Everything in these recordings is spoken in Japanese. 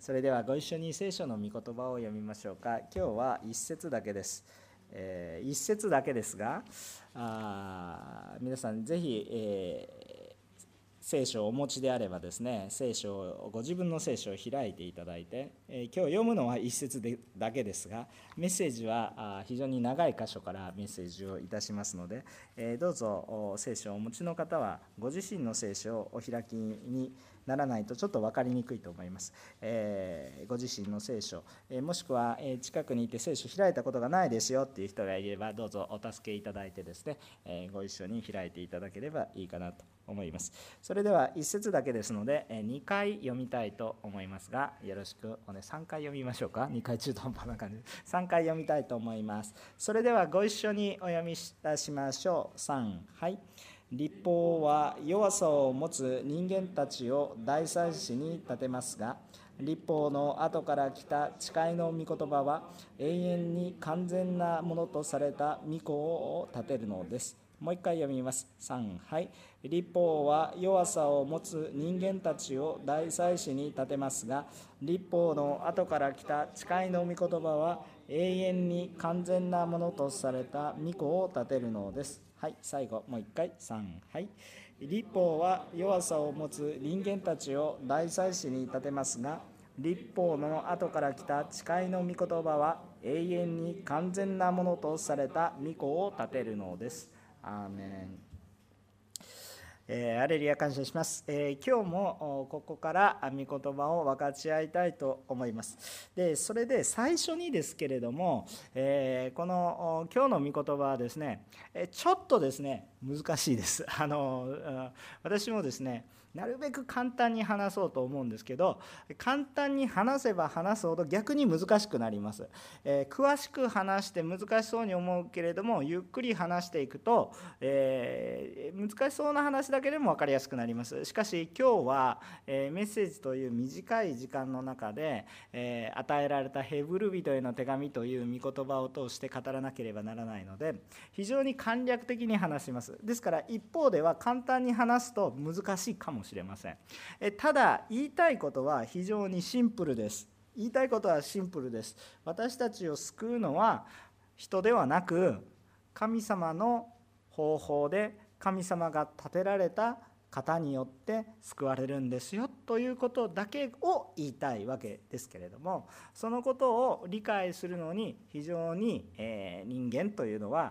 それではご一緒に聖書の御言葉を読みましょうか。今日は一節だけです。一節だけですが、皆さんぜひ、聖書をお持ちであればですね、ご自分の聖書を開いていただいて、今日読むのは一節だけですが、メッセージは非常に長い箇所からメッセージをいたしますので、どうぞ聖書をお持ちの方はご自身の聖書をお開きにならないとちょっと分かりにくいと思います。ご自身の聖書、もしくは近くにいて聖書開いたことがないですよっていう人がいれば、どうぞお助けいただいてですね、ご一緒に開いていただければいいかなと思います。それでは一節だけですので2回読みたいと思いますが、よろしく3回読みましょうか。2回中途半端な感じで3回読みたいと思います。それではご一緒にお読みいたしましょう。3、はい。律法は弱さを持つ人間たちを大祭司に立てますが、律法の後から来た誓いの御言葉は永遠に完全なものとされた御子を立てるのです。もう一回読みます。3、はい。律法は弱さを持つ人間たちを大祭司に立てますが、律法の後から来た誓いの御言葉は永遠に完全なものとされた御子を立てるのです。はい、最後もう一回。3、はい。律法は弱さを持つ人間たちを大祭司に立てますが、律法の後から来た誓いの御言葉は永遠に完全なものとされた御子を立てるのです。アーメン。アレルヤ、感謝します。今日もここから御言葉を分かち合いたいと思います。で、それで最初にですけれども、この今日の御言葉はですね、ちょっとですね難しいです。私もですねなるべく簡単に話そうと思うんですけど、簡単に話せば話すほど逆に難しくなります。詳しく話して難しそうに思うけれども、ゆっくり話していくと、難しそうな話だけでも分かりやすくなります。しかし今日は、メッセージという短い時間の中で、与えられたヘブル人への手紙という御言葉を通して語らなければならないので、非常に簡略的に話します。ですから一方では簡単に話すと難しいかもしれません。ただ言いたいことは非常にシンプルです。言いたいことはシンプルです。私たちを救うのは人ではなく、神様の方法で神様が立てられた方によって救われるんですよということだけを言いたいわけですけれども、そのことを理解するのに非常に人間というのは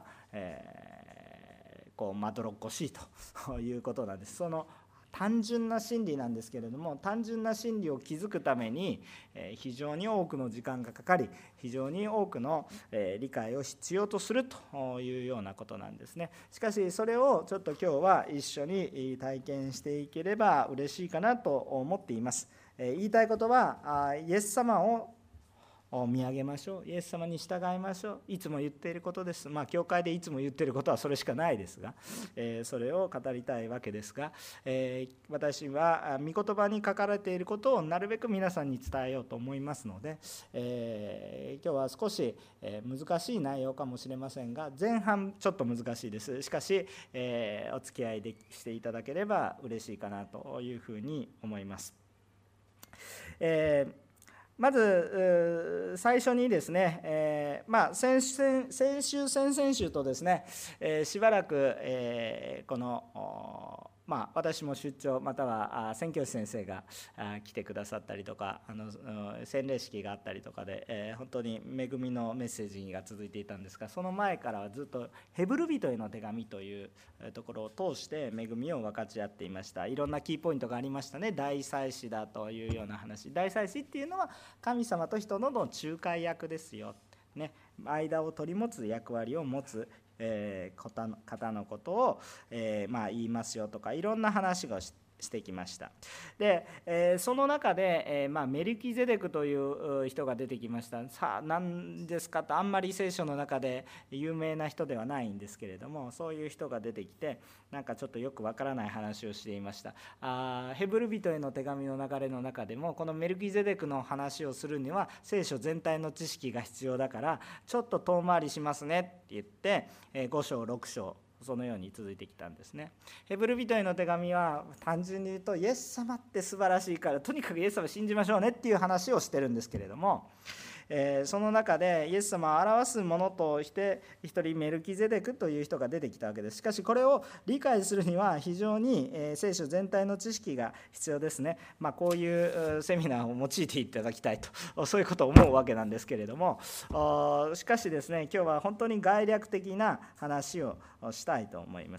まどろっこしいということなんです。その単純な真理なんですけれども、単純な真理を気づくために非常に多くの時間がかかり、非常に多くの理解を必要とするというようなことなんですね。しかしそれをちょっと今日は一緒に体験していければ嬉しいかなと思っています。言いたいことはイエス様を見上げましょう。イエス様に従いましょう。いつも言っていることです。教会でいつも言っていることはそれしかないですが、それを語りたいわけですが、私は御言葉に書かれていることをなるべく皆さんに伝えようと思いますので、今日は少し難しい内容かもしれませんが、前半ちょっと難しいです。しかし、お付き合いしていただければ嬉しいかなというふうに思います。まず最初にですね、先週先々週とですね、しばらくこの私も出張または宣教師先生が来てくださったりとか、洗礼式があったりとかで本当に恵みのメッセージが続いていたんですが、その前からはずっとヘブル人への手紙というところを通して恵みを分かち合っていました。いろんなキーポイントがありましたね。大祭司だというような話。大祭司っていうのは神様と人の仲介役ですよ、ね、間を取り持つ役割を持つ方のことを、言いますよとか、いろんな話をしてきました。で、その中で、メルキゼデクという人が出てきました。さあ何ですかと、あんまり聖書の中で有名な人ではないんですけれども、そういう人が出てきて、なんかちょっとよくわからない話をしていました。ヘブル人への手紙の流れの中でも、このメルキゼデクの話をするには聖書全体の知識が必要だから、ちょっと遠回りしますねって言って5章6章そのように続いてきたんですね。ヘブル人への手紙は単純に言うとイエス様って素晴らしいからとにかくイエス様を信じましょうねっていう話をしてるんですけれども、その中でイエス様を表すものとして一人メルキゼデクという人が出てきたわけです。しかしこれを理解するには非常に聖書全体の知識が必要ですね。こういうセミナーを用いていただきたいと、そういうことを思うわけなんですけれども、しかしですね、今日は本当に概略的な話をしたいと思います。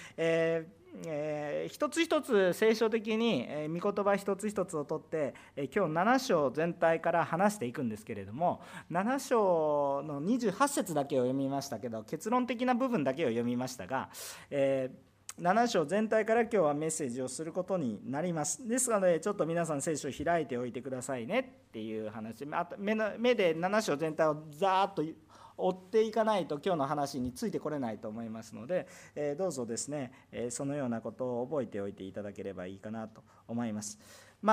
一つ一つ聖書的に御言葉一つ一つをとって今日7章全体から話していくんですけれども、7章の28節だけを読みましたけど、結論的な部分だけを読みましたが、7章全体から今日はメッセージをすることになります。ですのでちょっと皆さん聖書を開いておいてくださいねっていう話、目で7章全体をざーっと追っていかないと今日の話についてこれないと思いますので、どうぞですね、そのようなことを覚えておいていただければいいかなと思います。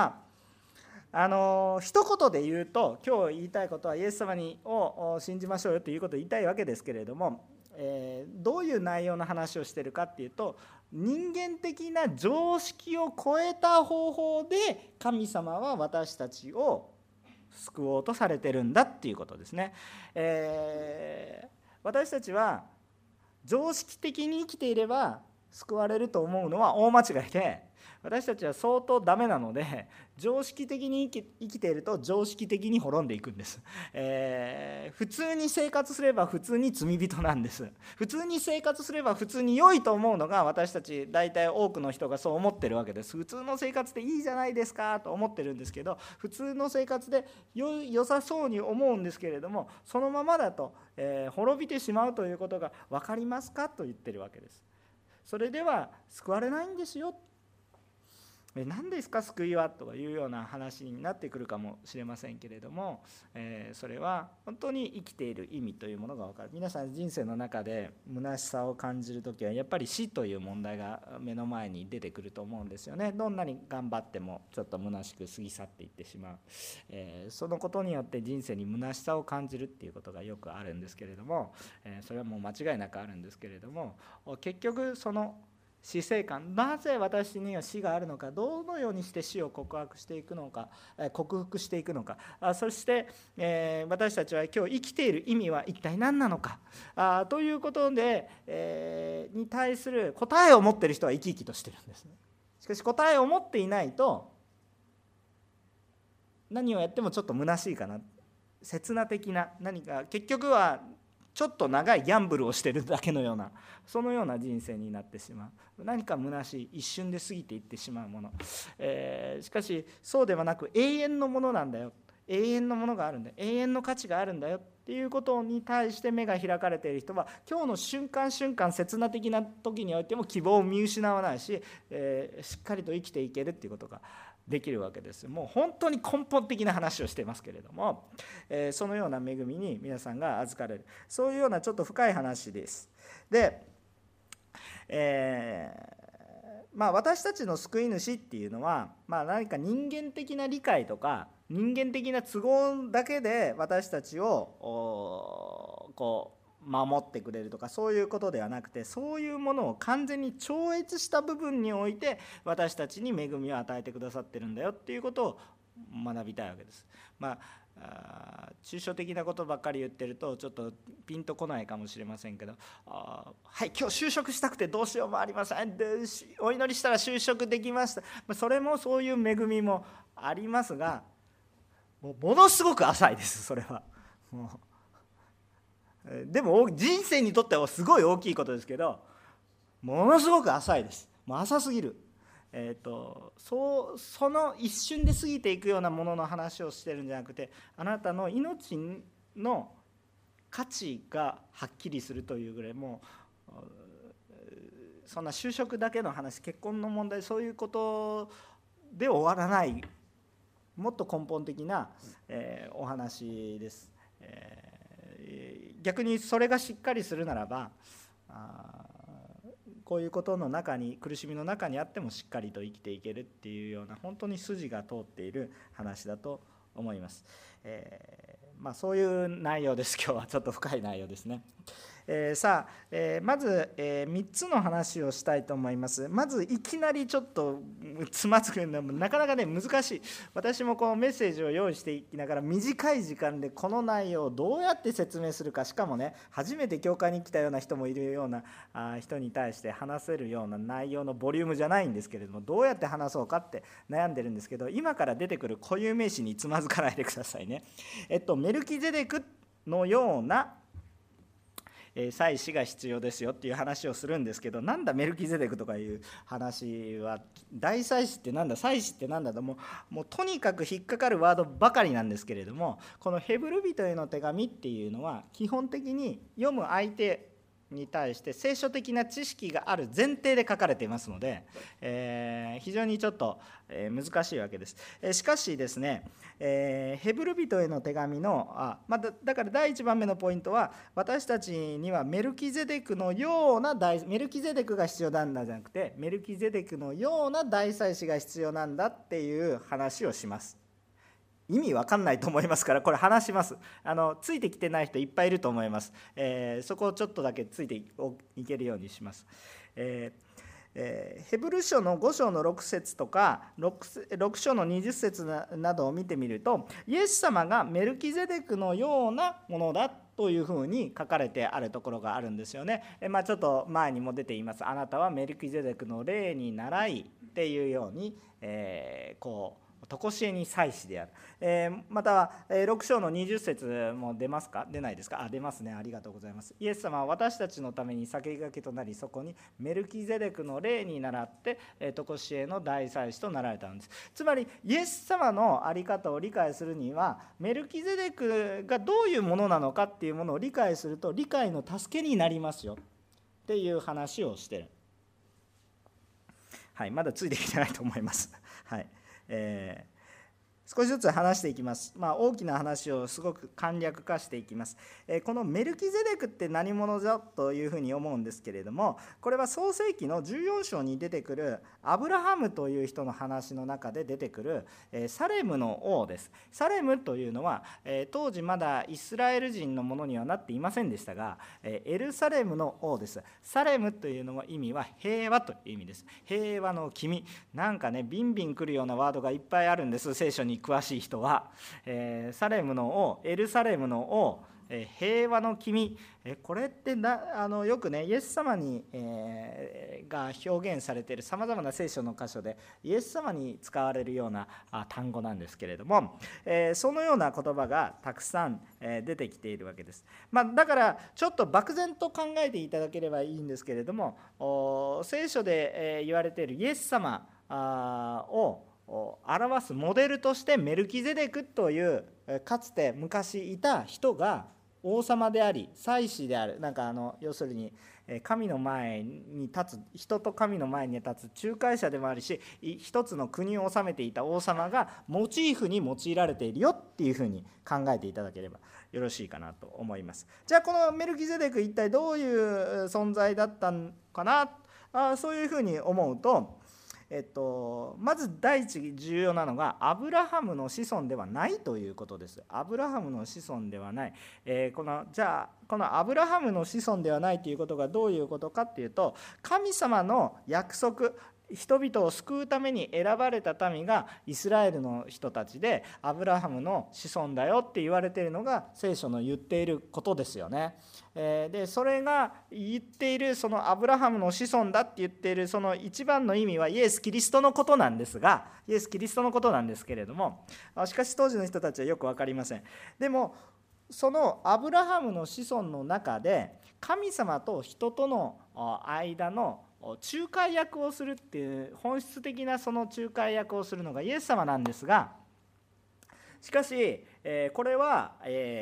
一言で言うと今日言いたいことはイエス様を信じましょうよということを言いたいわけですけれども、どういう内容の話をしているかっていうと、人間的な常識を超えた方法で神様は私たちを救おうとされてるんだっていうことですね。私たちは常識的に生きていれば救われると思うのは大間違いで、私たちは相当ダメなので、常識的に生きていると常識的に滅んでいくんです。普通に生活すれば普通に罪人なんです。普通に生活すれば普通に良いと思うのが、私たち大体多くの人がそう思ってるわけです。普通の生活でいいじゃないですかと思ってるんですけど、普通の生活で良さそうに思うんですけれども、そのままだと、滅びてしまうということが分かりますかと言ってるわけです。それでは救われないんですよ。何ですか救いはとかいうような話になってくるかもしれませんけれども、それは本当に生きている意味というものが分かる。皆さん人生の中で虚しさを感じるときはやっぱり死という問題が目の前に出てくると思うんですよね。どんなに頑張ってもちょっと虚しく過ぎ去っていってしまう、そのことによって人生に虚しさを感じるっていうことがよくあるんですけれども、それはもう間違いなくあるんですけれども、結局その死生観、なぜ私には死があるのか、どのようにして死を克服していくのか、そして、私たちは今日生きている意味は一体何なのかということで、に対する答えを持っている人は生き生きとしてるんですね。しかし答えを持っていないと何をやってもちょっと虚しいかな、刹那的な何か、結局はちょっと長いギャンブルをしているだけのような、そのような人生になってしまう。何か虚しい、一瞬で過ぎていってしまうもの、しかしそうではなく永遠のものなんだよ、永遠のものがあるんだよ、永遠の価値があるんだよっていうことに対して目が開かれている人は、今日の瞬間瞬間刹那的な時においても希望を見失わないし、しっかりと生きていけるっていうことができるわけです。もう本当に根本的な話をしていますけれども、そのような恵みに皆さんが預かれる、そういうようなちょっと深い話です。で、私たちの救い主っていうのは、何か人間的な理解とか人間的な都合だけで私たちを守ってくれるとか、そういうことではなくて、そういうものを完全に超越した部分において私たちに恵みを与えてくださってるんだよっていうことを学びたいわけです。抽象的なことばっかり言ってるとちょっとピンとこないかもしれませんけど、はい、今日就職したくてどうしようもありませんで、お祈りしたら就職できました、それもそういう恵みもありますが、ものすごく浅いです。それはでも人生にとってはすごい大きいことですけど、ものすごく浅いです。もう浅すぎる。その一瞬で過ぎていくようなものの話をしてるんじゃなくて、あなたの命の価値がはっきりするというぐらい、もうそんな就職だけの話、結婚の問題、そういうことで終わらない、もっと根本的な、お話です。逆にそれがしっかりするならば、こういうことの中に、苦しみの中にあってもしっかりと生きていけるっていうような、本当に筋が通っている話だと思います。そういう内容です。今日はちょっと深い内容ですね。 まず、3つの話をしたいと思います。まずいきなりちょっとつまずくのなかなかね難しい。私もこのメッセージを用意していきながら短い時間でこの内容をどうやって説明するか、しかもね初めて教会に来たような人もいるような人に対して話せるような内容のボリュームじゃないんですけれども、どうやって話そうかって悩んでるんですけど、今から出てくる固有名詞につまずかないでくださいね。メルキゼデクのような祭司が必要ですよっていう話をするんですけど、なんだメルキゼデクとかいう話は、大祭司ってなんだ、祭司ってなんだと、もうとにかく引っかかるワードばかりなんですけれども、このヘブル人への手紙っていうのは基本的に読む相手に対して聖書的な知識がある前提で書かれていますので、非常にちょっと難しいわけです。しかしですね、ヘブル人への手紙のだから第1番目のポイントは、私たちにはメルキゼデクのようなメルキゼデクが必要なんだじゃなくて、メルキゼデクのような大祭司が必要なんだっていう話をします。意味わかんないと思いますから、これ話します。ついてきてない人いっぱいいると思います。そこをちょっとだけついていけるようにします。ヘブル書の5章の6節とか 6章の20節などを見てみると、イエス様がメルキゼデクのようなものだというふうに書かれてあるところがあるんですよね。ちょっと前にも出ています。あなたはメルキゼデクの例に倣いっていうように、常しえに祭司である。または6章の20節も出ますか、出ないですか。出ますね、ありがとうございます。イエス様は私たちのために先駆けとなり、そこにメルキゼデクの例に倣って常しえの大祭司となられたんです。つまりイエス様の在り方を理解するには、メルキゼデクがどういうものなのかっていうものを理解すると理解の助けになりますよっていう話をしてる。はい、まだついてきてないと思います。はい。少しずつ話していきます。大きな話をすごく簡略化していきます。このメルキゼデクって何者だというふうに思うんですけれども、これは創世記の14章に出てくるアブラハムという人の話の中で出てくるサレムの王です。サレムというのは当時まだイスラエル人のものにはなっていませんでしたが、エルサレムの王です。サレムというのは意味は平和という意味です。平和の君、なんかねビンビン来るようなワードがいっぱいあるんです。聖書に詳しい人は、サレムの王、エルサレムの王、平和の君、これってよくねイエス様に、が表現されているさまざまな聖書の箇所でイエス様に使われるような単語なんですけれども、そのような言葉がたくさん出てきているわけです。だからちょっと漠然と考えていただければいいんですけれども、聖書で言われているイエス様を表すモデルとしてメルキゼデクというかつて昔いた人が王様であり祭司である、要するに神の前に立つ、人と神の前に立つ仲介者でもあるし、一つの国を治めていた王様がモチーフに用いられているよっていうふうに考えていただければよろしいかなと思います。じゃあこのメルキゼデク一体どういう存在だったのかな、そういうふうに思うと、まず第一重要なのがアブラハムの子孫ではないということです。アブラハムの子孫ではない。このアブラハムの子孫ではないということがどういうことかっていうと、神様の約束、人々を救うために選ばれた民がイスラエルの人たちで、アブラハムの子孫だよって言われているのが聖書の言っていることですよね。でそれが言っているそのアブラハムの子孫だって言っているその一番の意味はイエス・キリストのことなんですが、イエス・キリストのことなんですけれども、しかし当時の人たちはよく分かりません。でもそのアブラハムの子孫の中で神様と人との間の仲介役をするっていう本質的なその仲介役をするのがイエス様なんですが、しかしこれは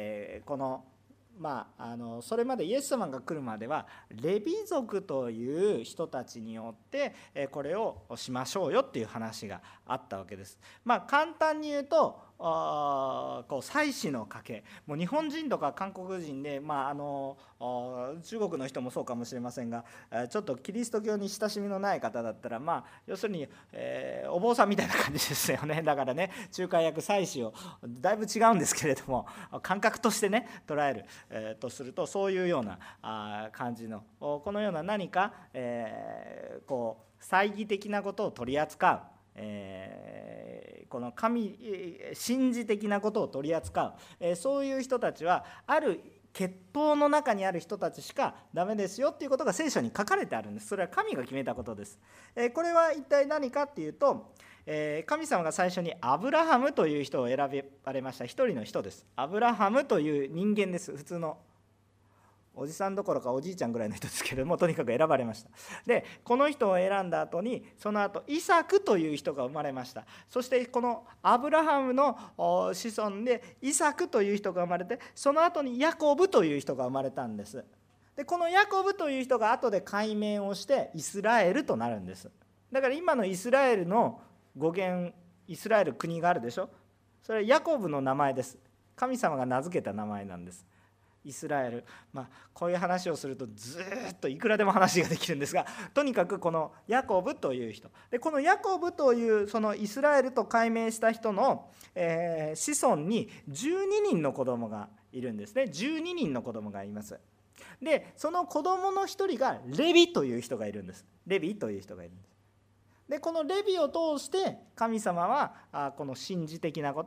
それまでイエス様が来るまではレビ族という人たちによってこれをしましょうよっていう話があったわけです。簡単に言うとこう祭祀の家系、もう日本人とか韓国人で、中国の人もそうかもしれませんが、ちょっとキリスト教に親しみのない方だったら、要するに、お坊さんみたいな感じですよね。だからね、仲介役祭祀をだいぶ違うんですけれども、感覚としてね捉える、とすると、そういうような感じの、このような何か、こう祭儀的なことを取り扱う、この神神事的なことを取り扱う、そういう人たちはある血統の中にある人たちしかダメですよっていうことが聖書に書かれてあるんです。それは神が決めたことです。これは一体何かっていうと、神様が最初にアブラハムという人を選ばれました。一人の人です。アブラハムという人間です。普通のおじさんどころかおじいちゃんぐらいの人ですけれども、とにかく選ばれました。でこの人を選んだ後に、その後イサクという人が生まれました。そしてこのアブラハムの子孫でイサクという人が生まれて、その後にヤコブという人が生まれたんです。でこのヤコブという人が後で改名をしてイスラエルとなるんです。だから今のイスラエルの語源、イスラエル国があるでしょ。それはヤコブの名前です。神様が名付けた名前なんです。イスラエル、こういう話をするとずっといくらでも話ができるんですが、とにかくこのヤコブという人で、このヤコブというそのイスラエルと改名した人の、子孫に12人の子供がいるんですね。12人の子供がいます。でその子供の一人がレビという人がいるんです。レビという人がいるんです。でこのレビを通して神様はこの神事的なこと、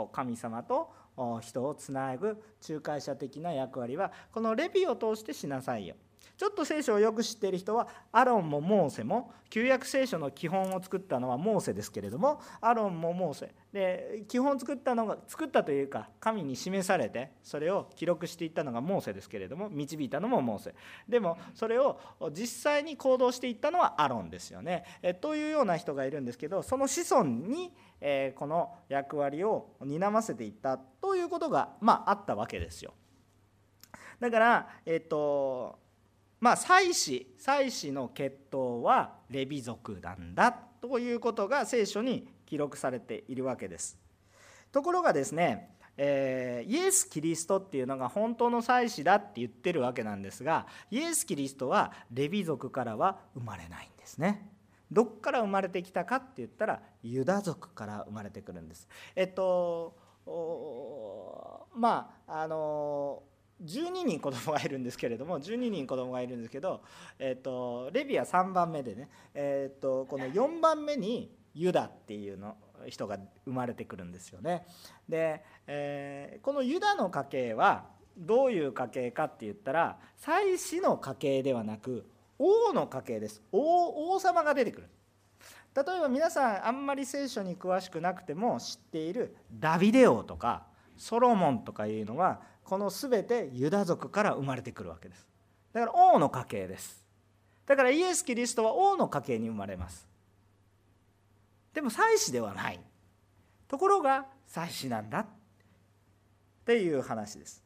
神様と人をつなぐ仲介者的な役割はこのレビを通してしなさいよ。ちょっと聖書をよく知っている人は、アロンもモーセも、旧約聖書の基本を作ったのはモーセですけれども、アロンもモーセで基本を作ったというか、神に示されてそれを記録していったのがモーセですけれども、導いたのもモーセでも、それを実際に行動していったのはアロンですよね。というような人がいるんですけど、その子孫にこの役割を担わせていったということがあったわけですよ。だから祭司の血統はレビ族なんだということが聖書に記録されているわけです。ところがですね、イエス・キリストっていうのが本当の祭司だって言ってるわけなんですが、イエス・キリストはレビ族からは生まれないんですね。どっから生まれてきたかって言ったら、ユダ族から生まれてくるんです。12人子供がいるんですけれども、レビは3番目でね、この4番目にユダっていう人が生まれてくるんですよね。で、このユダの家系はどういう家系かって言ったら、祭司の家系ではなく王の家系です。王様が出てくる。例えば皆さんあんまり聖書に詳しくなくても知っているダビデ王とかソロモンとかいうのは、この全てユダ族から生まれてくるわけです。だから王の家系です。だからイエス・キリストは王の家系に生まれます。でも祭司ではない。ところが祭司なんだっていう話です。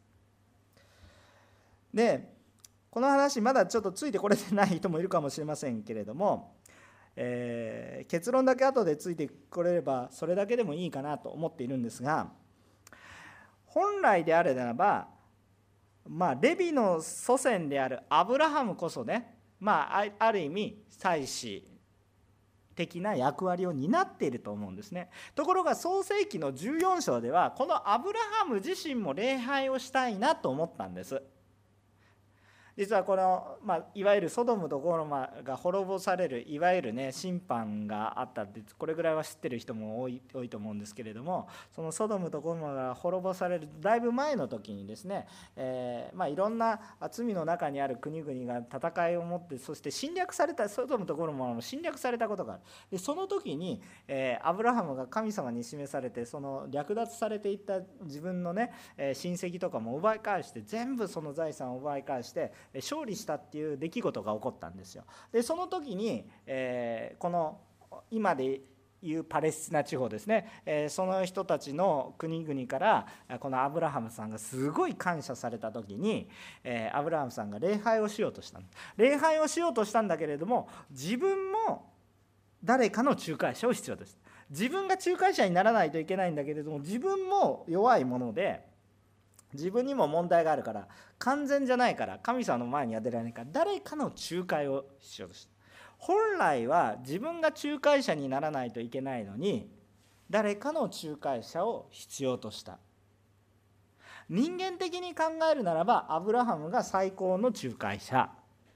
でこの話まだちょっとついてこれてない人もいるかもしれませんけれども、結論だけ後でついてこれればそれだけでもいいかなと思っているんですが、本来であれならば、レビの祖先であるアブラハムこそね、ある意味祭司的な役割を担っていると思うんですね。ところが創世記の14章では、このアブラハム自身も礼拝をしたいなと思ったんです。実はこの、いわゆるソドムとゴモラが滅ぼされる、いわゆるね審判があったって、これぐらいは知ってる人も多いと思うんですけれども、そのソドムとゴモラが滅ぼされるだいぶ前の時にですね、いろんな罪の中にある国々が戦いを持って、そして侵略された、ソドムとゴモラも侵略されたことがある。でその時に、アブラハムが神様に示されて、その略奪されていった自分のね、親戚とかも奪い返して、全部その財産を奪い返して勝利したっていう出来事が起こったんですよ。でその時に、この今でいうパレスチナ地方ですね、その人たちの国々からこのアブラハムさんがすごい感謝された時に、アブラハムさんが礼拝をしようとしたんだけれども、自分も誰かの仲介者を必要です。 自分が仲介者にならないといけないんだけれども、自分も弱いもので、自分にも問題があるから、完全じゃないから、神様の前には出られないから、誰かの仲介をしようとした。本来は自分が仲介者にならないといけないのに、誰かの仲介者を必要とした。人間的に考えるならば、アブラハムが最高の仲介者。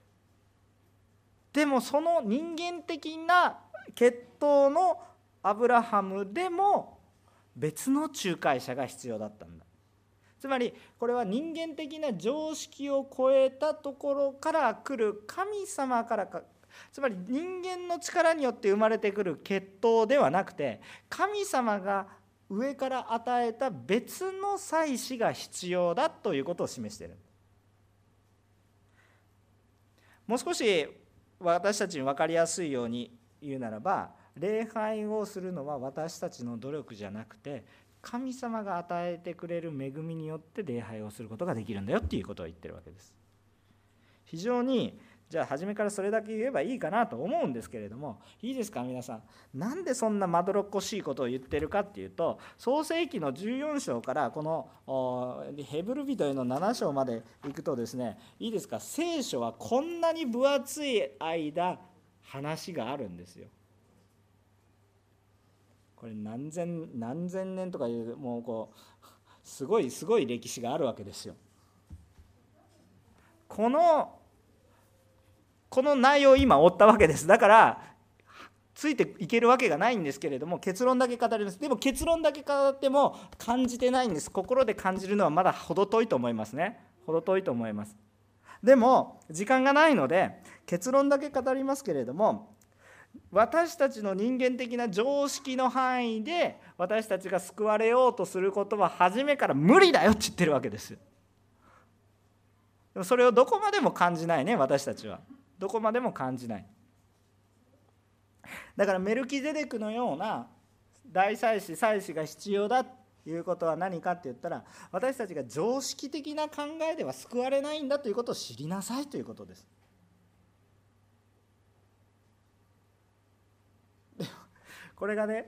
でもその人間的な血統のアブラハムでも別の仲介者が必要だったんだ。つまりこれは人間的な常識を超えたところから来る神様からか、つまり人間の力によって生まれてくる血統ではなくて、神様が上から与えた別の祭司が必要だということを示している。もう少し私たちに分かりやすいように言うならば、礼拝をするのは私たちの努力じゃなくて、神様が与えてくれる恵みによって礼拝をすることができるんだよっていうことを言ってるわけです。非常にじゃあ初めからそれだけ言えばいいかなと思うんですけれども、いいですか皆さん、なんでそんなまどろっこしいことを言ってるかっていうと、創世記の14章からこのヘブル人への7章までいくとですね、いいですか、聖書はこんなに分厚い間話があるんですよ。これ何千年とかいう、もうこうすごい歴史があるわけですよ。この内容を今追ったわけです。だからついていけるわけがないんですけれども、結論だけ語ります。でも結論だけ語っても感じてないんです。心で感じるのはまだ程遠いと思いますね。程遠いと思います。でも時間がないので結論だけ語りますけれども、私たちの人間的な常識の範囲で私たちが救われようとすることは初めから無理だよって言ってるわけです。でもそれをどこまでも感じないね、私たちは。どこまでも感じない。だからメルキゼデクのような大祭司が必要だということは何かって言ったら、私たちが常識的な考えでは救われないんだということを知りなさいということです。これがね、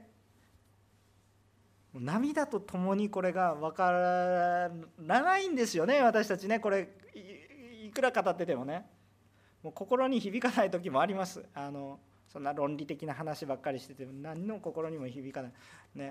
涙とともにこれが分からないんですよね、私たちね。これいくら語っててもね、もう心に響かない時もあります。そんな論理的な話ばっかりしてても何の心にも響かないね。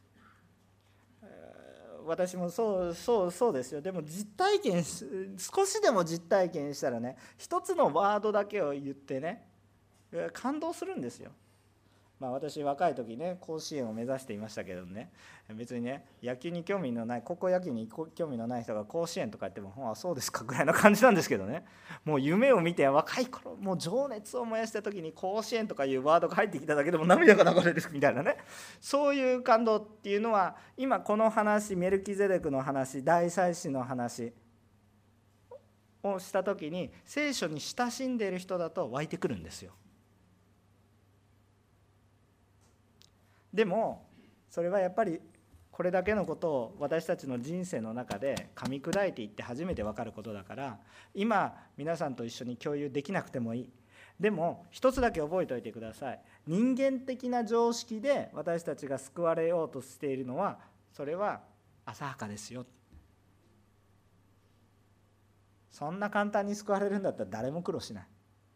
私もそうですよ。でも実体験、少しでも実体験したらね、一つのワードだけを言ってね、感動するんですよ。私若い時ね、甲子園を目指していましたけどね、別にね、野球に興味のない、高校野球に興味のない人が甲子園とか言っても、あ、そうですかぐらいな感じなんですけどね。もう夢を見て若い頃、もう情熱を燃やした時に甲子園とかいうワードが入ってきただけでも涙が流れるみたいなね、そういう感動っていうのは、今この話、メルキゼデクの話、大祭司の話をした時に聖書に親しんでいる人だと湧いてくるんですよ。でもそれはやっぱりこれだけのことを私たちの人生の中で噛み砕いていって初めて分かることだから、今皆さんと一緒に共有できなくてもいい。でも一つだけ覚えておいてください。人間的な常識で私たちが救われようとしているのは、それは浅はかですよ。そんな簡単に救われるんだったら誰も苦労しない。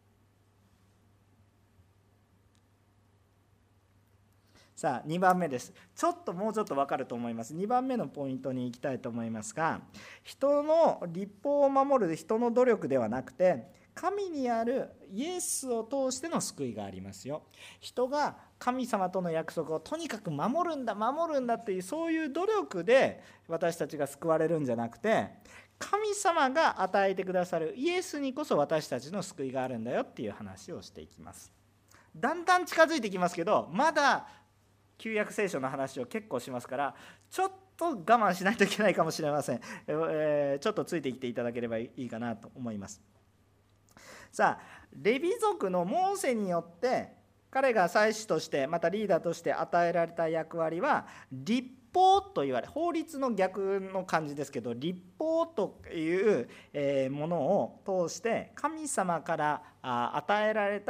さあ2番目です。もうちょっと分かると思います。2番目のポイントに行きたいと思いますが、人の律法を守る人の努力ではなくて、神にあるイエスを通しての救いがありますよ。人が神様との約束をとにかく守るんだという、そういう努力で私たちが救われるんじゃなくて、神様が与えてくださるイエスにこそ私たちの救いがあるんだよっていう話をしていきます。だんだん近づいてきますけど、まだ旧約聖書の話を結構しますから、ちょっと我慢しないといけないかもしれません。ちょっとついてきていただければいいかなと思います。さあ、レビ族のモーセによって彼が祭司としてまたリーダーとして与えられた役割は、律法と言われ、法律の逆の感じですけど、律法というものを通して神様から与えられた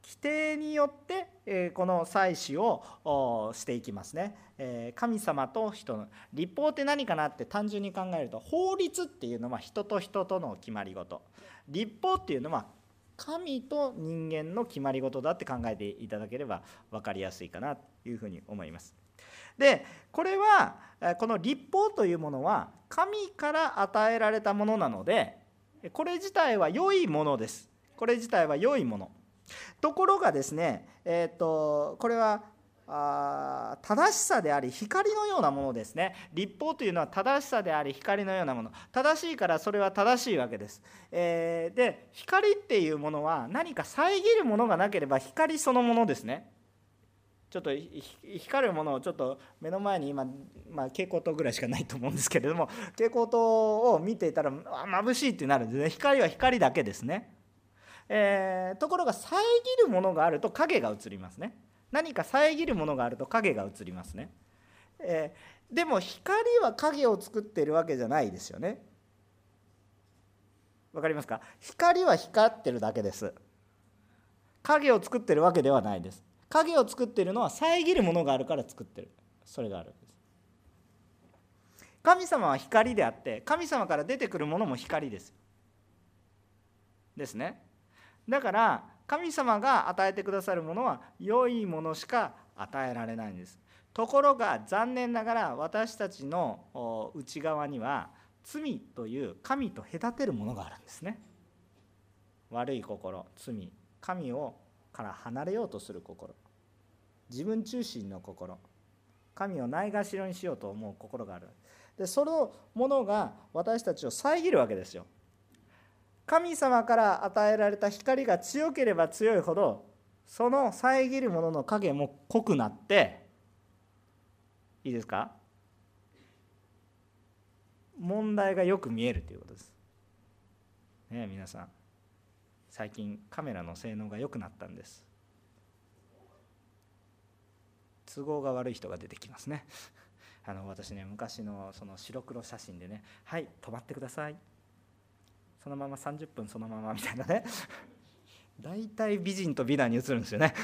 規定によってこの祭祀をしていきますね。神様と人の律法って何かなって単純に考えると、法律っていうのは人と人との決まり事、律法っていうのは神と人間の決まり事だって考えていただければ分かりやすいかなというふうに思います。でこれはこの律法というものは神から与えられたものなので、これ自体は良いものです。これ自体は良いもの。ところがですね、これは正しさであり光のようなものですね。律法というのは正しさであり光のようなもの。正しいからそれは正しいわけです。で光っていうものは何か遮るものがなければ光そのものですね。ちょっと光るものをちょっと目の前に今、蛍光灯ぐらいしかないと思うんですけれども、蛍光灯を見ていたら眩しいってなるんですね。光は光だけですね。ところが遮るものがあると影が映りますね。何か遮るものがあると影が映りますね。でも光は影を作っているわけじゃないですよね。わかりますか？光は光ってるだけです。影を作ってるわけではないです。影を作っているのは遮るものがあるから作ってる。それがあるんです。神様は光であって、神様から出てくるものも光です。ですね。だから神様が与えてくださるものは良いものしか与えられないんです。ところが残念ながら私たちの内側には罪という神と隔てるものがあるんですね。悪い心、罪、神から離れようとする心、自分中心の心、神をないがしろにしようと思う心がある。でそのものが私たちを遮るわけですよ。神様から与えられた光が強ければ強いほど、その遮るものの影も濃くなって、いいですか、問題がよく見えるということです、ね。皆さん最近カメラの性能が良くなったんです。都合が悪い人が出てきますね。私ね、昔のその白黒写真でね、はい止まってください、そのまま30分そのままみたいなね大体美人と美男に映るんですよね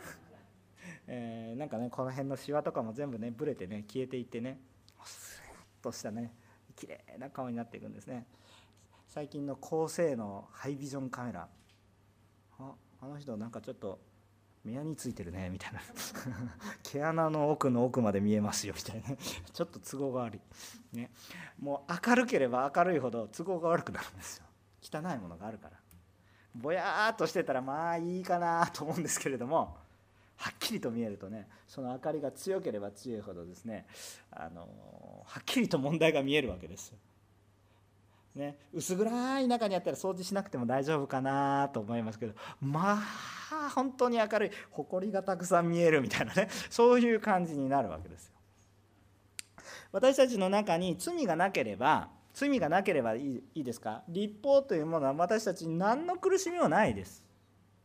なんかね、この辺のシワとかも全部ねブレてね消えていってね、スーッとしたね綺麗な顔になっていくんですね。最近の高性能ハイビジョンカメラ、あの人なんかちょっと目やについてるねみたいな毛穴の奥の奥まで見えますよみたいなちょっと都合が悪い、ね、もう明るければ明るいほど都合が悪くなるんですよ。汚いものがあるから。ぼやーっとしてたらまあいいかなと思うんですけれども、はっきりと見えるとね、その明かりが強ければ強いほどですね、はっきりと問題が見えるわけですよ、ね。薄暗い中にあったら掃除しなくても大丈夫かなと思いますけど、まあ本当に明るい、埃がたくさん見えるみたいなね、そういう感じになるわけですよ。私たちの中に罪がなければいいですか、律法というものは私たちに何の苦しみもないです。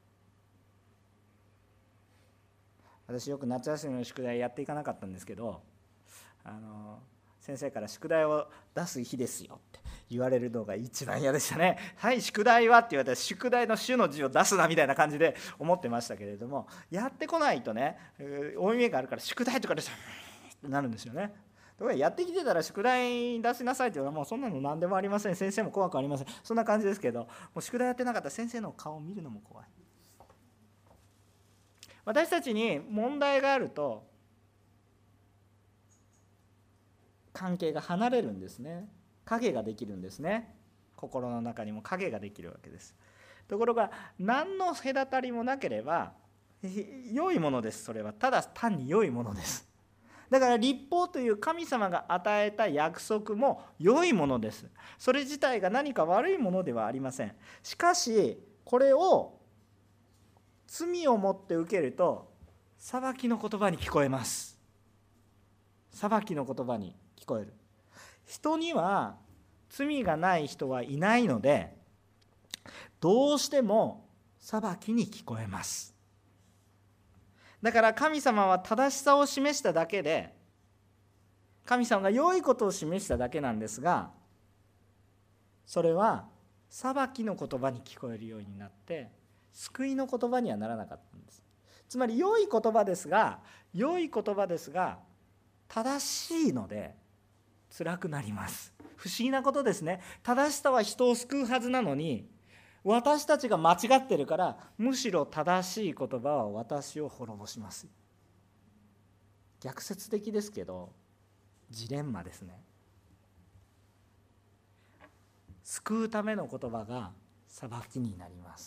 私よく夏休みの宿題やっていかなかったんですけど、先生から宿題を出す日ですよって言われるのが一番嫌でしたね。はい宿題はって言われたら宿題の主の字を出すなみたいな感じで思ってましたけれども、やってこないとね、負い目があるから宿題とかでってなるんですよね。ところがやってきてたら宿題出しなさいっていうのはもうそんなの何でもありません、先生も怖くありません、そんな感じですけど、もう宿題やってなかったら先生の顔を見るのも怖い。私たちに問題があると関係が離れるんですね。影ができるんですね。心の中にも影ができるわけです。ところが何の隔たりもなければ良いものです。それはただ単に良いものです。だから律法という神様が与えた約束も良いものです。それ自体が何か悪いものではありません。しかしこれを罪をもって受けると裁きの言葉に聞こえます。裁きの言葉に聞こえる。人には罪がない人はいないので、どうしても裁きに聞こえます。だから神様は正しさを示しただけで、神様が良いことを示しただけなんですが、それは裁きの言葉に聞こえるようになって、 救いの言葉にはならなかったんです。つまり良い言葉ですが正しいので辛くなります。不思議なことですね。正しさは人を救うはずなのに、私たちが間違ってるから、むしろ正しい言葉は私を滅ぼします。逆説的ですけどジレンマですね。救うための言葉が裁きになります。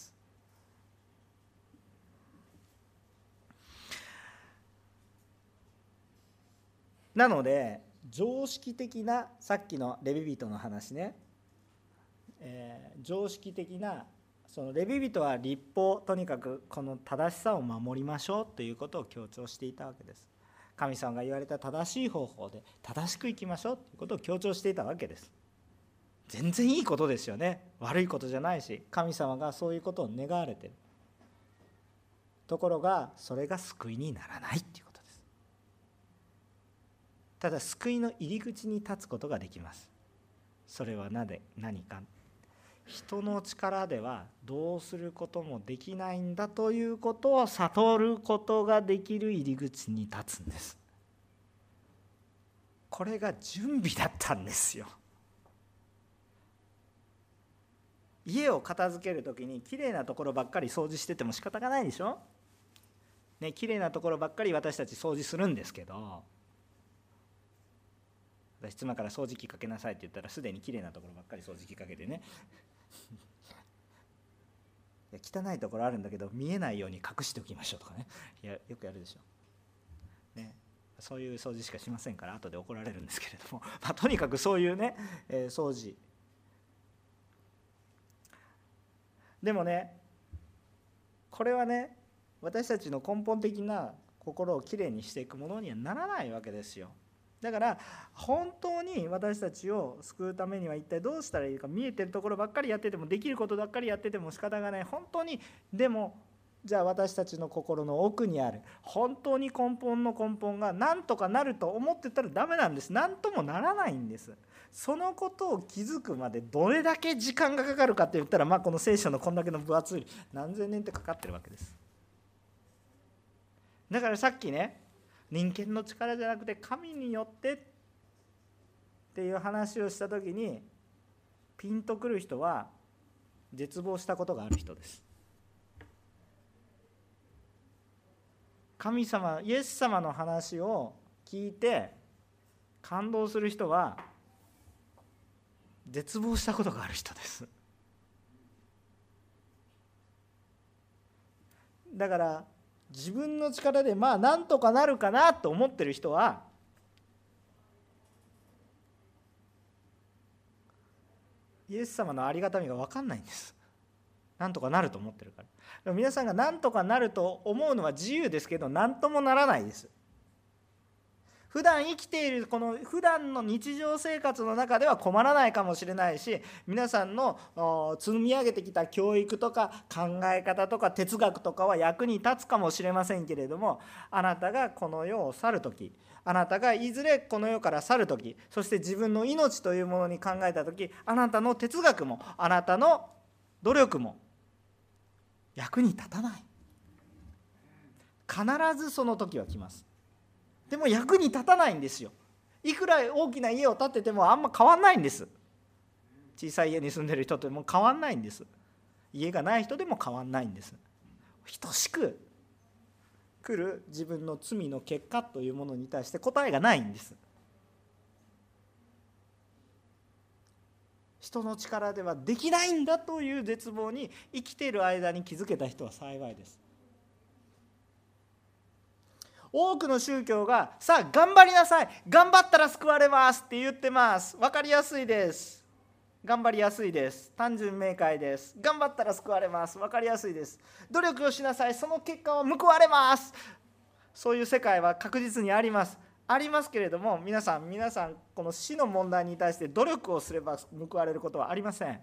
なので常識的な、さっきのレビ人の話ね、常識的なそのレビ人は律法、とにかくこの正しさを守りましょうということを強調していたわけです。神様が言われた正しい方法で正しく生きましょうということを強調していたわけです。全然いいことですよね。悪いことじゃないし、神様がそういうことを願われている。ところがそれが救いにならないということです。ただ救いの入り口に立つことができます。それは何か、人の力ではどうすることもできないんだということを悟ることができる入り口に立つんです。これが準備だったんですよ。家を片付けるときにきれいなところばっかり掃除してても仕方がないでしょ。ね、きれいなところばっかり私たち掃除するんですけど、私妻から掃除機かけなさいって言ったらすでにきれいなところばっかり掃除機かけてねいや汚いところあるんだけど見えないように隠しておきましょうとかね、よくやるでしょ、ね、そういう掃除しかしませんから後で怒られるんですけれども、とにかくそういうね、掃除でもね、これはね、私たちの根本的な心をきれいにしていくものにはならないわけですよ。だから本当に私たちを救うためには一体どうしたらいいか、見えてるところばっかりやってても、できることばっかりやってても仕方がない。本当にでもじゃあ私たちの心の奥にある本当に根本の根本が何とかなると思ってたらダメなんです。何ともならないんです。そのことを気づくまでどれだけ時間がかかるかって言ったら、この聖書のこんだけの分厚い何千年ってかかってるわけです。だからさっきね、人間の力じゃなくて神によってっていう話をした時にピンとくる人は絶望したことがある人です。神様、イエス様の話を聞いて感動する人は絶望したことがある人です。だから自分の力でなんとかなるかなと思ってる人はイエス様のありがたみが分かんないんです。なんとかなると思ってるから。でも皆さんがなんとかなると思うのは自由ですけど、なんともならないです。普段生きているこの普段の日常生活の中では困らないかもしれないし、皆さんの積み上げてきた教育とか考え方とか哲学とかは役に立つかもしれませんけれども、あなたがこの世を去るとき、あなたがいずれこの世から去るとき、そして自分の命というものに考えたとき、あなたの哲学もあなたの努力も役に立たない。必ずその時は来ます。でも役に立たないんですよ。いくら大きな家を建ててもあんま変わんないんです。小さい家に住んでる人とも変わんないんです。家がない人でも変わんないんです。等しく来る自分の罪の結果というものに対して答えがないんです。人の力ではできないんだという絶望に生きている間に気づけた人は幸いです。多くの宗教がさあ頑張りなさい、頑張ったら救われますって言ってます。分かりやすいです。頑張りやすいです。単純明快です。頑張ったら救われます。分かりやすいです。努力をしなさい、その結果は報われます。そういう世界は確実にありますけれども、皆さんこの死の問題に対して努力をすれば報われることはありません。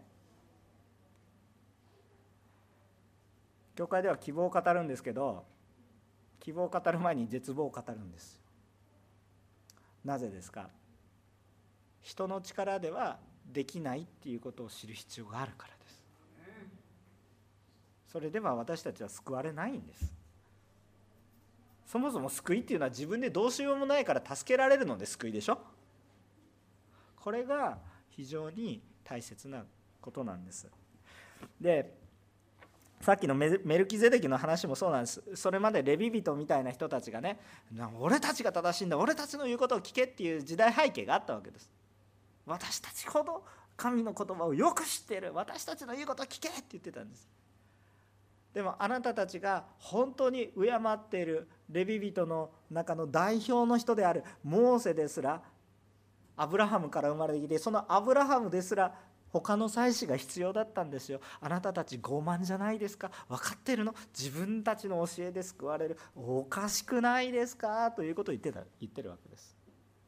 教会では希望を語るんですけど、希望を語る前に絶望を語るんです。なぜですか？人の力ではできないっていうことを知る必要があるからです。 それでは私たちは救われないんです。そもそも救いっていうのは自分でどうしようもないから助けられるので救いでしょ。これが非常に大切なことなんです。で、さっきのメルキゼデキの話もそうなんです。それまでレビ人みたいな人たちがね、俺たちが正しいんだ、俺たちの言うことを聞けっていう時代背景があったわけです。私たちほど神の言葉をよく知っている、私たちの言うことを聞けって言ってたんです。でもあなたたちが本当に敬っているレビ人の中の代表の人であるモーセですら、アブラハムから生まれてきて、そのアブラハムですら他の祭司が必要だったんですよ。あなたたち傲慢じゃないですか、分かってるの、自分たちの教えで救われる、おかしくないですかということを言ってるわけです。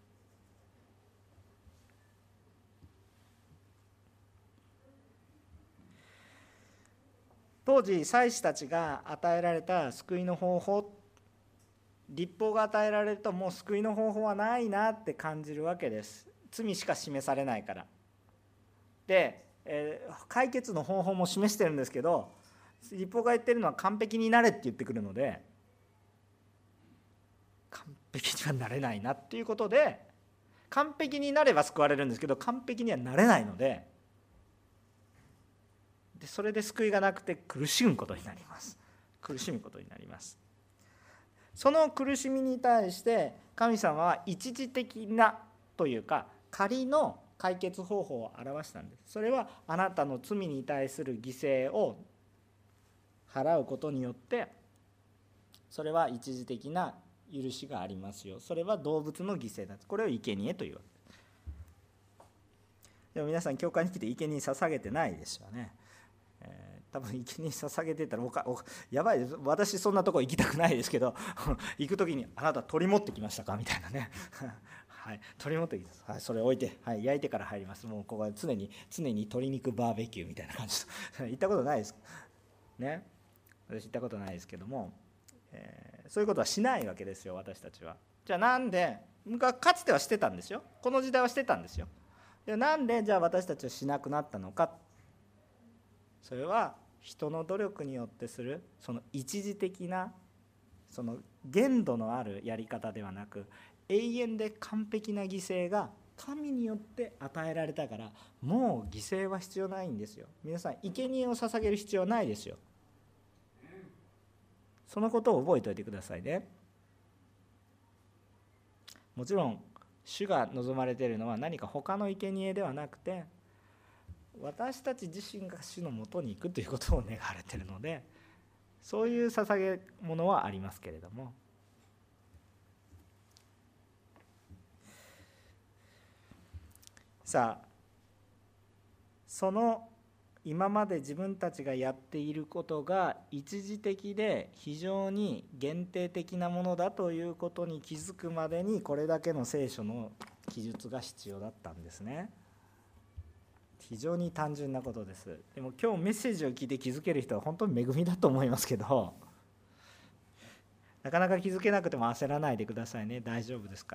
当時祭司たちが与えられた救いの方法、律法が与えられるともう救いの方法はないなって感じるわけです。罪しか示されないから。で、解決の方法も示してるんですけど、律法が言ってるのは完璧になれって言ってくるので、完璧にはなれないなっていうことで、完璧になれば救われるんですけど、完璧にはなれないので、それで救いがなくて苦しむことになります。苦しむことになります。その苦しみに対して神様は一時的なというか仮の解決方法を表したんです。それはあなたの罪に対する犠牲を払うことによって、それは一時的な許しがありますよ。それは動物の犠牲だ。これを生贄というわけです。でも皆さん教会に来て生贄捧げてないですよね。多分生贄捧げてたらやばいです。私そんなとこ行きたくないですけど行く時にあなた鳥持ってきましたかみたいなねはい、鳥持ってきます、はい、それ置いて、はい、焼いてから入ります。もうここは常に鶏肉バーベキューみたいな感じ行ったことないですね。私行ったことないですけども、そういうことはしないわけですよ、私たちは。じゃあなんで、かつてはしてたんですよ、この時代はしてたんですよ。でなんでじゃあ私たちはしなくなったのか。それは人の努力によってするその一時的なその限度のあるやり方ではなく、永遠で完璧な犠牲が神によって与えられたから、もう犠牲は必要ないんですよ。皆さん生贄を捧げる必要はないですよ。そのことを覚えておいてくださいね。もちろん主が望まれているのは何か他の生贄ではなくて、私たち自身が主のもとに行くということを願われているので、そういう捧げ物はありますけれども、さあその今まで自分たちがやっていることが一時的で非常に限定的なものだということに気づくまでに、これだけの聖書の記述が必要だったんですね。非常に単純なことです。でも今日メッセージを聞いて気づける人は本当に恵みだと思いますけど、なかなか気づけなくても焦らないでくださいね。大丈夫ですから。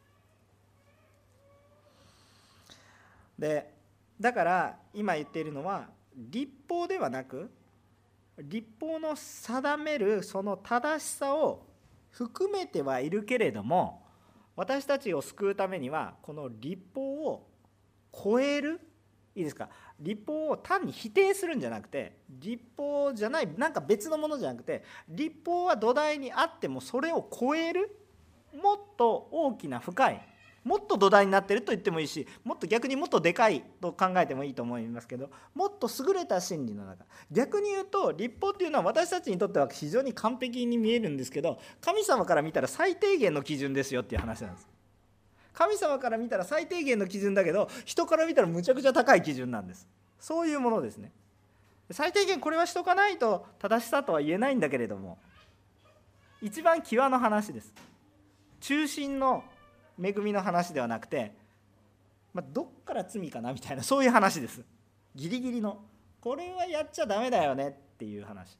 でだから今言っているのは、律法ではなく律法の定めるその正しさを含めてはいるけれども、私たちを救うためにはこの律法を超える、いいですか、律法を単に否定するんじゃなくて、律法じゃないなんか別のものじゃなくて、律法は土台にあってもそれを超える、もっと大きな深い、もっと土台になっていると言ってもいいし、もっと逆にもっとでかいと考えてもいいと思いますけど、もっと優れた真理の中、逆に言うと律法っていうのは私たちにとっては非常に完璧に見えるんですけど、神様から見たら最低限の基準ですよっていう話なんです。神様から見たら最低限の基準だけど、人から見たらむちゃくちゃ高い基準なんです。そういうものですね。最低限これはしとかないと正しさとは言えないんだけれども、一番際の話です。中心の恵みの話ではなくて、どっから罪かなみたいな、そういう話です。ギリギリの、これはやっちゃダメだよねっていう話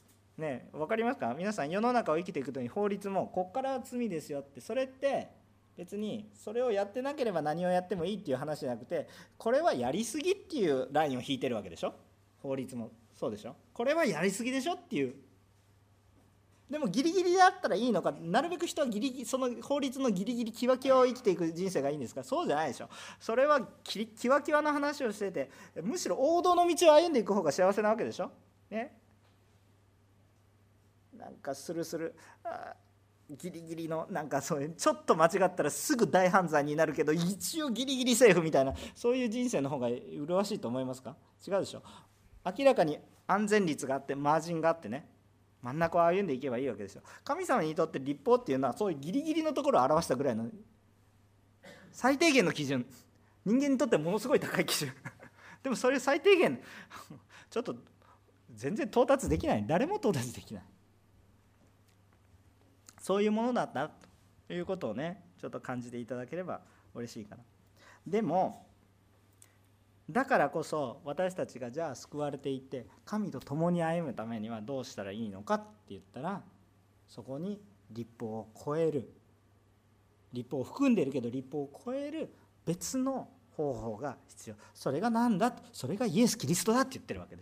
ね。分かりますか皆さん。世の中を生きていくときに法律もこっからは罪ですよって、それって別にそれをやってなければ何をやってもいいっていう話じゃなくて、これはやりすぎっていうラインを引いてるわけでしょ。法律もそうでしょ。これはやりすぎでしょっていう。でもギリギリだったらいいのか、なるべく人はギリギリ、その法律のギリギリキワキワを生きていく人生がいいんですか。そうじゃないでしょ。それはキワキワの話をしてて、むしろ王道の道を歩んでいく方が幸せなわけでしょね。なんかスルスルギリギリのなんかそういうちょっと間違ったらすぐ大犯罪になるけど一応ギリギリセーフみたいな、そういう人生の方が麗しいと思いますか。違うでしょ。明らかに安全率があってマージンがあってね、真ん中を歩んでいけばいいわけですよ。神様にとって律法っていうのはそういうギリギリのところを表したぐらいの最低限の基準、人間にとってものすごい高い基準でもそれ最低限ちょっと全然到達できない、誰も到達できない、そういうものだったということをね、ちょっと感じていただければ嬉しいかな。でもだからこそ私たちがじゃあ救われていって神と共に歩むためにはどうしたらいいのかって言ったら、そこに律法を超える、律法を含んでいるけど律法を超える別の方法が必要。それが何だ、それがイエス・キリストだって言ってるわけです。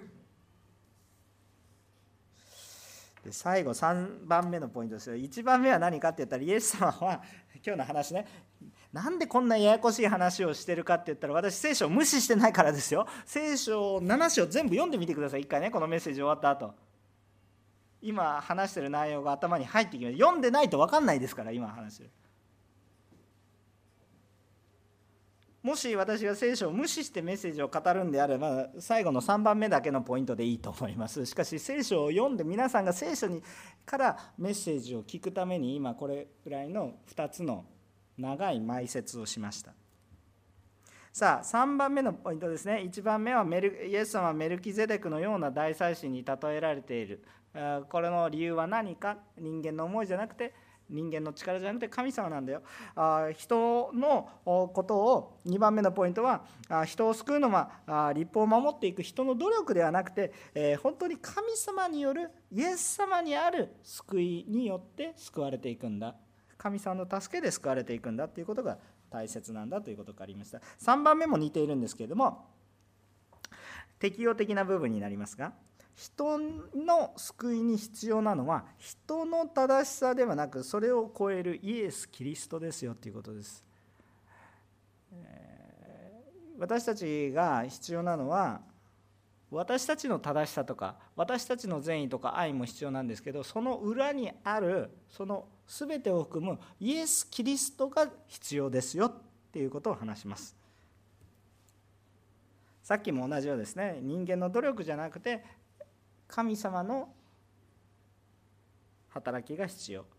で最後3番目のポイントですよ。1番目は何かって言ったら、イエス様は今日の話ね、なんでこんなややこしい話をしてるかって言ったら、私聖書を無視してないからですよ。聖書7章全部読んでみてください。一回ね、このメッセージ終わった後、今話してる内容が頭に入ってきます。読んでないと分かんないですから。今話してる、もし私が聖書を無視してメッセージを語るんであれば、最後の3番目だけのポイントでいいと思います。しかし聖書を読んで皆さんが聖書にからメッセージを聞くために、今これぐらいの2つの長い埋設をしました。さあ3番目のポイントですね。1番目はイエス様はメルキゼデクのような大祭司に例えられている。これの理由は何か、人間の思いじゃなくて、人間の力じゃなくて神様なんだよ。人のことを、2番目のポイントは、人を救うのは律法を守っていく人の努力ではなくて、本当に神様による、イエス様にある救いによって救われていくんだ、神様の助けで救われていくんだということが大切なんだということがありました。3番目も似ているんですけれども、適用的な部分になりますが、人の救いに必要なのは人の正しさではなく、それを超えるイエス・キリストですよということです。私たちが必要なのは、私たちの正しさとか私たちの善意とか愛も必要なんですけど、その裏にあるその全てを含むイエス・キリストが必要ですよっていうことを話します。さっきも同じようですね。人間の努力じゃなくて神様の働きが必要。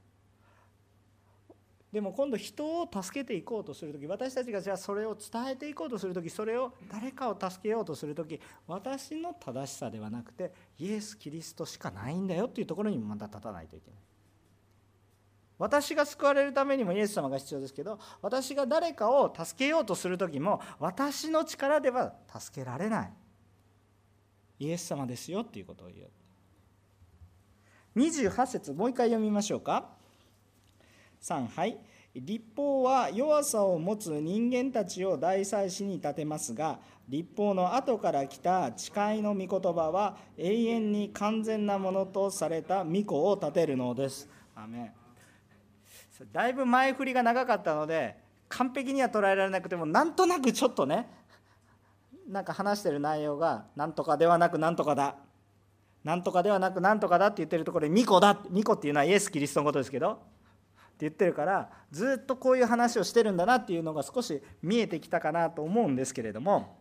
でも今度人を助けていこうとするとき、私たちがじゃあそれを伝えていこうとするとき、それを誰かを助けようとするとき、私の正しさではなくてイエス・キリストしかないんだよっていうところにまた立たないといけない。私が救われるためにもイエス様が必要ですけど、私が誰かを助けようとするときも私の力では助けられない、イエス様ですよっていうことを言う。28節もう一回読みましょうか。3、はい。律法は弱さを持つ人間たちを大祭司に立てますが、律法の後から来た誓いの御言葉は永遠に完全なものとされた御子を立てるのです。アメン。だいぶ前振りが長かったので完璧には捉えられなくても、なんとなくちょっとね、なんか話してる内容がなんとかではなくなんとかだ、なんとかではなくなんとかだって言ってるところに御子だ、御子っていうのはイエス・キリストのことですけどって言ってるから、ずっとこういう話をしてるんだなっていうのが少し見えてきたかなと思うんですけれども、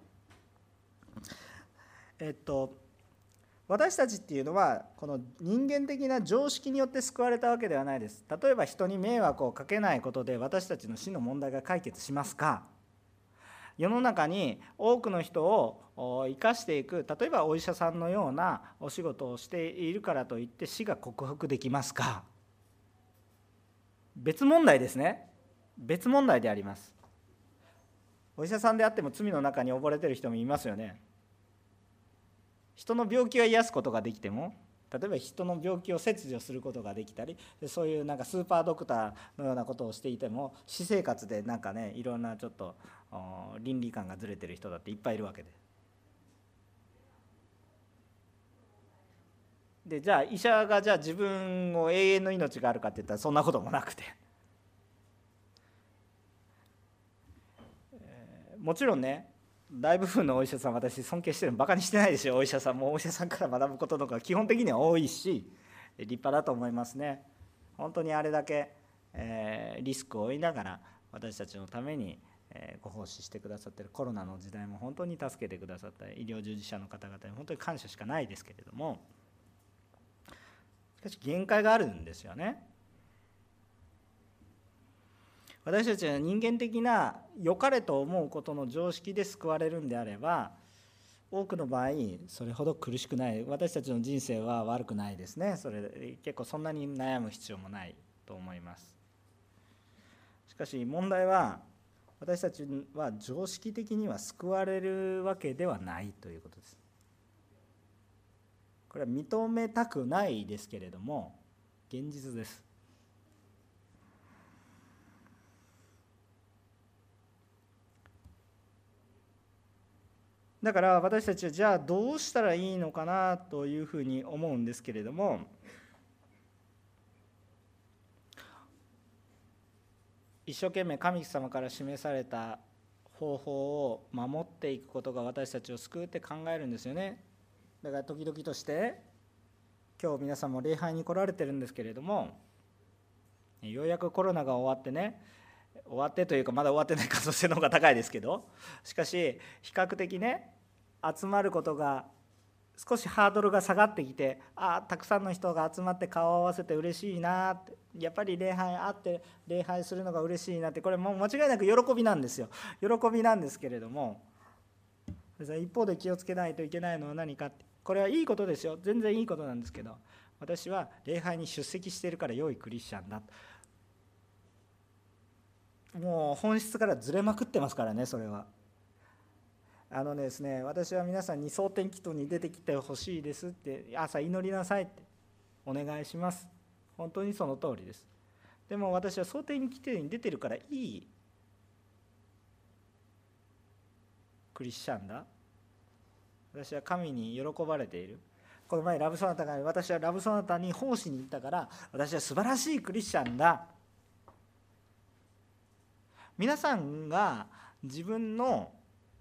私たちっていうのはこの人間的な常識によって救われたわけではないです。例えば人に迷惑をかけないことで私たちの死の問題が解決しますか。世の中に多くの人を生かしていく、例えばお医者さんのようなお仕事をしているからといって死が克服できますか。別問題ですね。別問題であります。お医者さんであっても罪の中に溺れてる人もいますよね。人の病気を癒すことができても例えば人の病気を切除することができたり、そういうなんかスーパードクターのようなことをしていても、私生活でなんかね、いろんなちょっと倫理観がずれてる人だっていっぱいいるわけで、じゃあ医者がじゃあ自分を永遠の命があるかっていったらそんなこともなくて、もちろんね、大部分のお医者さん、私尊敬してるのバカにしてないですよ。お医者さんもお医者さんから学ぶこととか基本的には多いし、立派だと思いますね。本当にあれだけリスクを負いながら私たちのためにご奉仕してくださっている、コロナの時代も本当に助けてくださった医療従事者の方々に本当に感謝しかないですけれども、しかし限界があるんですよね。私たちは人間的な良かれと思うことの常識で救われるんであれば、多くの場合それほど苦しくない、私たちの人生は悪くないですね。それ結構そんなに悩む必要もないと思います。しかし問題は、私たちは常識的には救われるわけではないということです。これは認めたくないですけれども現実です。だから私たちはじゃあどうしたらいいのかなというふうに思うんですけれども、一生懸命神様から示された方法を守っていくことが私たちを救うって考えるんですよね。だから時々として今日皆さんも礼拝に来られてるんですけれども、ようやくコロナが終わってね、終わってというかまだ終わってない可能性の方が高いですけど、しかし比較的ね集まることが少しハードルが下がってきて、たくさんの人が集まって顔を合わせて嬉しいなって、やっぱり礼拝あって礼拝するのが嬉しいなって、これもう間違いなく喜びなんですよ。喜びなんですけれども、一方で気をつけないといけないのは何かって、これはいいことですよ、全然いいことなんですけど、私は礼拝に出席しているから良いクリスチャンだ、もう本質からずれまくってますからね。それはですね、私は皆さんに蒼天祈祷に出てきてほしいですって、朝祈りなさいってお願いします。本当にその通りです。でも私は蒼天祈祷に出てるからいいクリスチャンだ、私は神に喜ばれている。この前ラブソナタが、私はラブソナタに奉仕に行ったから私は素晴らしいクリスチャンだ。皆さんが自分の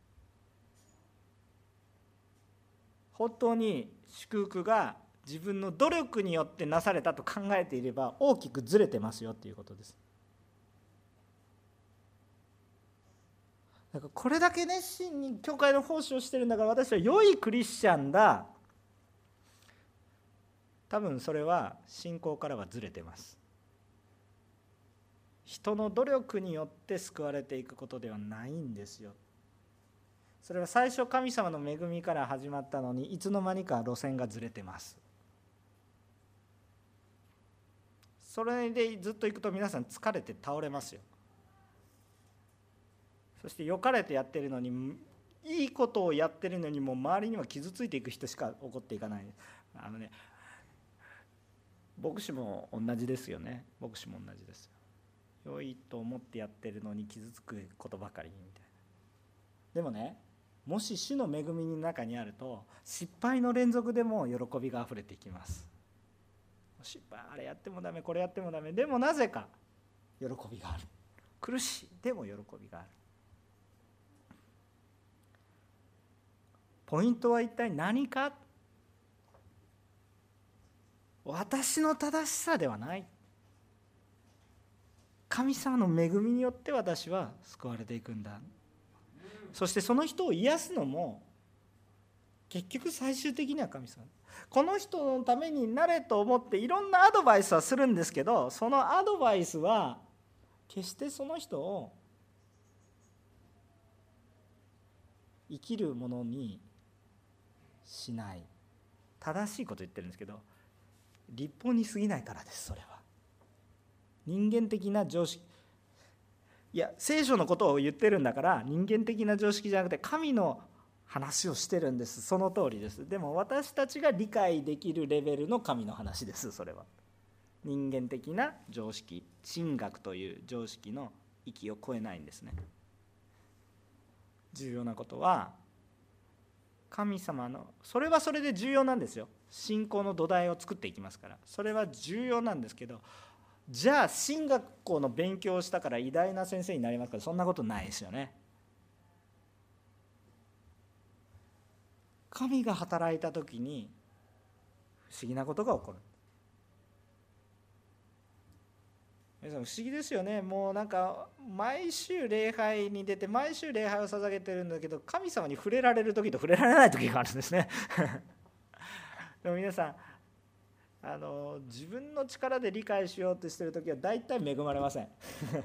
本当に祝福が自分の努力によってなされたと考えていれば大きくずれてますよということです。だからこれだけ熱心に教会の奉仕をしてるんだから私は良いクリスチャンだ、多分それは信仰からはずれてます。人の努力によって救われていくことではないんですよ。それは最初神様の恵みから始まったのに、いつの間にか路線がずれてます。それでずっと行くと皆さん疲れて倒れますよ。そして良かれてやってるのに、いいことをやってるのにも周りには傷ついていく人しか起こっていかない。牧師も同じですよね。牧師も同じですよ。良いと思ってやってるのに傷つくことばかりみたいな。でもね、もし主の恵みの中にあると失敗の連続でも喜びがあふれていきます。失敗、あれやってもダメ、これやってもダメ、でもなぜか喜びがある。苦しい、でも喜びがある。ポイントは一体何か。私の正しさではない。神様の恵みによって私は救われていくんだ。そしてその人を癒すのも結局最終的には神様。この人のためになれと思っていろんなアドバイスはするんですけど、そのアドバイスは決してその人を生きるものにしない。正しいこと言ってるんですけど、立法に過ぎないからです。それは人間的な常識、聖書のことを言ってるんだから人間的な常識じゃなくて神の話をしてるんです。その通りです。でも私たちが理解できるレベルの神の話です。それは人間的な常識、神学という常識の域を超えないんですね。重要なことは神様の、それはそれで重要なんですよ。信仰の土台を作っていきますから、それは重要なんですけど、じゃあ神学校の勉強をしたから偉大な先生になりますか、そんなことないですよね。神が働いた時に不思議なことが起こる。皆さん不思議ですよね。もうなんか毎週礼拝に出て毎週礼拝を捧げてるんだけど、神様に触れられる時と触れられない時があるんですね。でも皆さん自分の力で理解しようとしてる時は大体恵まれません。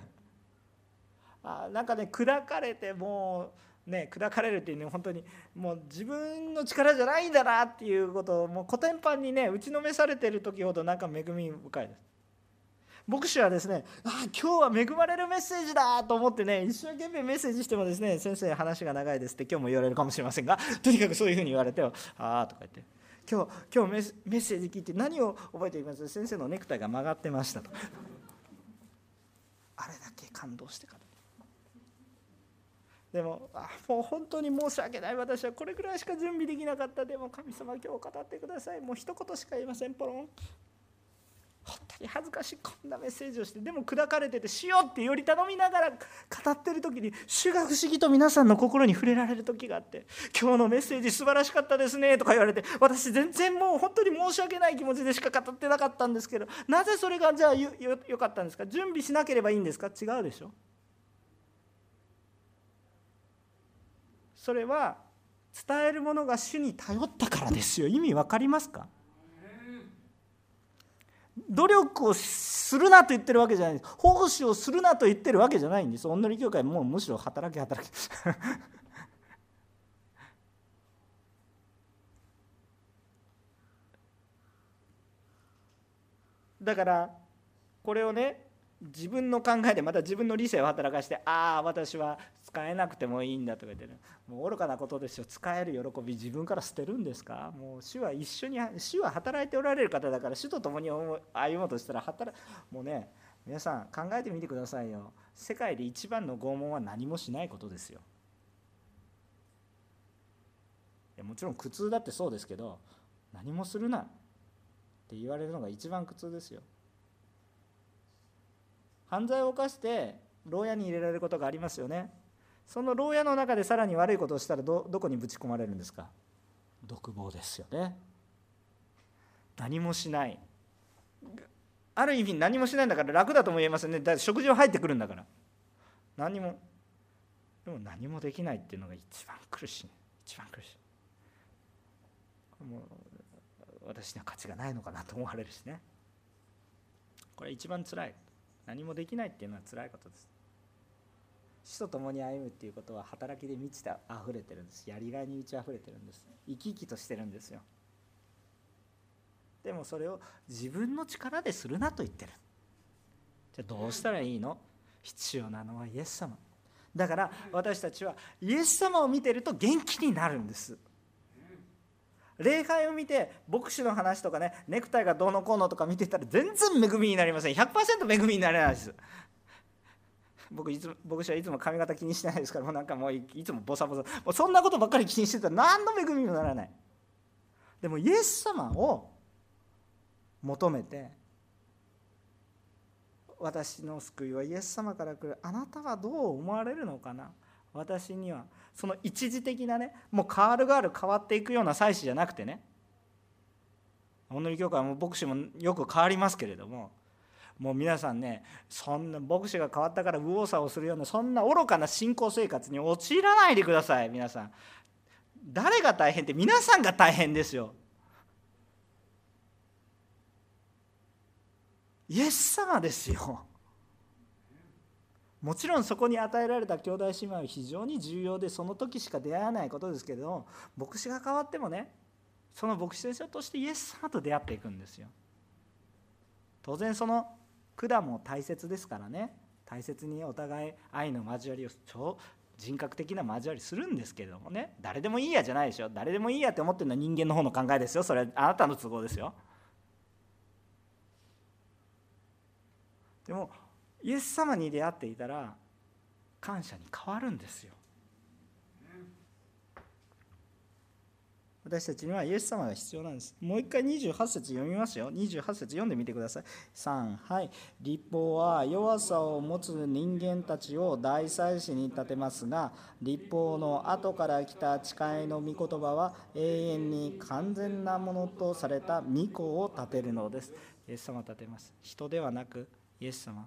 なんかね、砕かれてもうね、砕かれるっていうのは本当にもう自分の力じゃないんだなっていうことをもうコテンパンにね打ちのめされてる時ほどなんか恵み深いです。牧師はですね、今日は恵まれるメッセージだと思ってね、一生懸命メッセージしてもですね、先生話が長いですって今日も言われるかもしれませんが、とにかくそういうふうに言われて、とか言って、今日メッセージ聞いて何を覚えています？先生のネクタイが曲がってましたと。あれだけ感動してから。でももう本当に申し訳ない、私はこれぐらいしか準備できなかった。でも神様今日語ってください。もう一言しか言いません。ポロン。本当に恥ずかしい、こんなメッセージをして、でも砕かれててしようってより頼みながら語ってる時に、主が不思議と皆さんの心に触れられる時があって、今日のメッセージ素晴らしかったですねとか言われて、私全然もう本当に申し訳ない気持ちでしか語ってなかったんですけど、なぜそれがじゃあよかったんですか？準備しなければいいんですか？違うでしょ。それは伝えるものが主に頼ったからですよ。意味わかりますか？努力をするなと言ってるわけじゃないんです。奉仕をするなと言ってるわけじゃないんです。御法教会もうむしろ働けだからこれをね、自分の考えでまた自分の理性を働かして、私は使えなくてもいいんだとか言ってね、もう愚かなことですよ。使える喜び自分から捨てるんですか？もう主は働いておられる方だから、主と共に歩もうとしたらもうね、皆さん考えてみてくださいよ。世界で一番の拷問は何もしないことですよ。もちろん苦痛だってそうですけど、何もするなって言われるのが一番苦痛ですよ。犯罪を犯して牢屋に入れられることがありますよね。その牢屋の中でさらに悪いことをしたらどこにぶち込まれるんですか？独房ですよね。何もしない、ある意味何もしないんだから楽だとも言えませんね。だって食事は入ってくるんだから。でも何もできないっていうのが一番苦しい。もう私には価値がないのかなと思われるしね。これ一番つらい。何もできないっていうのはつらいことです。主と共に歩むっていうことは働きで満ちてあふれてるんです。やりがいに満ちあふれてるんです。生き生きとしてるんですよ。でもそれを自分の力でするなと言ってる。じゃあどうしたらいいの？必要なのはイエス様だから、私たちはイエス様を見てると元気になるんです。礼拝を見て牧師の話とかね、ネクタイがどうのこうのとか見てたら全然恵みになりません。 100% 恵みになれないです。牧師はいつも髪型気にしてないですから、もういつもボサボサ、もうそんなことばっかり気にしてたら何の恵みにもならない。でもイエス様を求めて、私の救いはイエス様から来る、あなたはどう思われるのかな。私にはその一時的なね、もう変わっていくような祭司じゃなくてね、本当教会も牧師もよく変わりますけれども、もう皆さんね、そんな牧師が変わったから右往左往するようなそんな愚かな信仰生活に陥らないでください。皆さん、誰が大変って皆さんが大変ですよ。イエス様ですよ。もちろんそこに与えられた兄弟姉妹は非常に重要で、その時しか出会わないことですけれども、牧師が変わってもね、その牧師先生としてイエス様と出会っていくんですよ。当然その管も大切ですからね、大切にお互い愛の交わりを人格的な交わりするんですけれどもね、誰でもいいやじゃないでしょ。誰でもいいやって思ってるのは人間の方の考えですよ。それはあなたの都合ですよ。でもイエス様に出会っていたら感謝に変わるんですよ。私たちにはイエス様が必要なんです。もう一回28節読みますよ。28節読んでみてください。3、はい。律法は弱さを持つ人間たちを大祭司に立てますが、律法の後から来た誓いの御言葉は永遠に完全なものとされた御子を立てるのです。イエス様を立てます。人ではなくイエス様。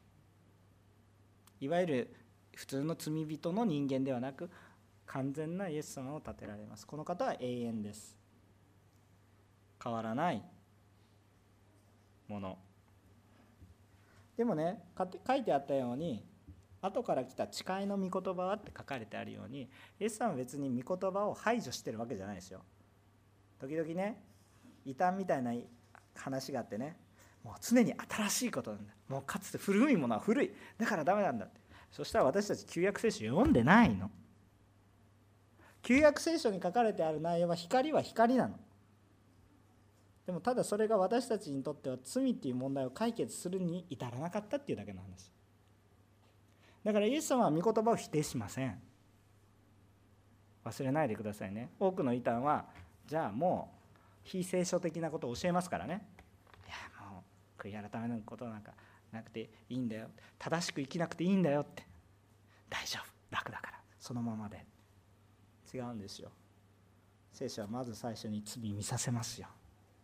いわゆる普通の罪人の人間ではなく、完全なイエス様を立てられます。この方は永遠です。変わらないもの。でもね、書いてあったように、後から来た誓いの御言葉はって書かれてあるように、イエス様は別に御言葉を排除してるわけじゃないですよ。時々ね、異端みたいな話があってね、もう常に新しいことなんだ、もうかつて古いものは古い、だからダメなんだって。そしたら私たち旧約聖書読んでないの。旧約聖書に書かれてある内容は光なの。でもただそれが私たちにとっては罪っていう問題を解決するに至らなかったっていうだけの話だから、イエス様は御言葉を否定しません。忘れないでくださいね。多くの異端はじゃあもう非聖書的なことを教えますからね。いやもう悔い改めのことなんかなくていいんだよ、正しく生きなくていいんだよって、大丈夫、楽だからそのままで。違うんですよ。聖書はまず最初に罪見させますよ。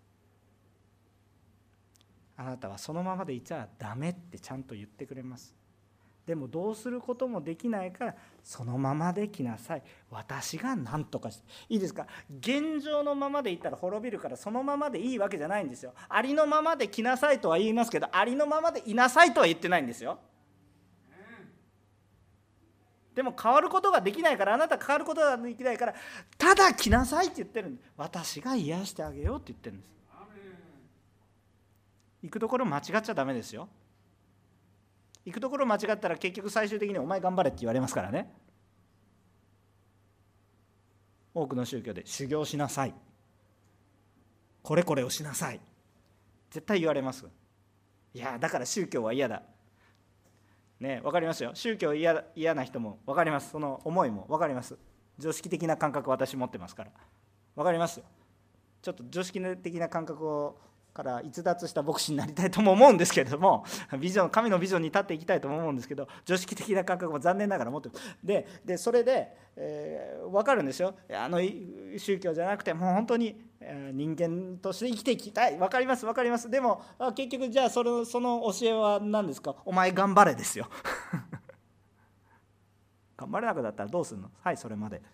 あなたはそのままでいちゃダメってちゃんと言ってくれます。でもどうすることもできないから、そのままで来なさい、私が何とかして。いいですか、現状のままでいったら滅びるから、そのままでいいわけじゃないんですよ。ありのままで来なさいとは言いますけど、ありのままでいなさいとは言ってないんですよ。でも変わることができないから、あなた変わることができないから、ただ来なさいって言ってるんです。私が癒してあげようって言ってるんです。行くところ間違っちゃダメですよ。行くところ間違ったら結局最終的にお前頑張れって言われますからね。多くの宗教で修行しなさい、これこれをしなさい、絶対言われます。いやだから宗教は嫌だね、分かりますよ。宗教嫌な人も分かります。その思いも分かります。常識的な感覚私持ってますから分かりますよ。ちょっと常識的な感覚から逸脱した牧師になりたいとも思うんですけれども、神のビジョンに立っていきたいとも思うんですけど、常識的な感覚も残念ながら持ってる。でそれで、分かるんですよ。宗教じゃなくてもう本当に人間として生きていきたい。分かります分かります。でも結局じゃあその教えは何ですか。お前頑張れですよ頑張れなくなったらどうするの。はい、それまで。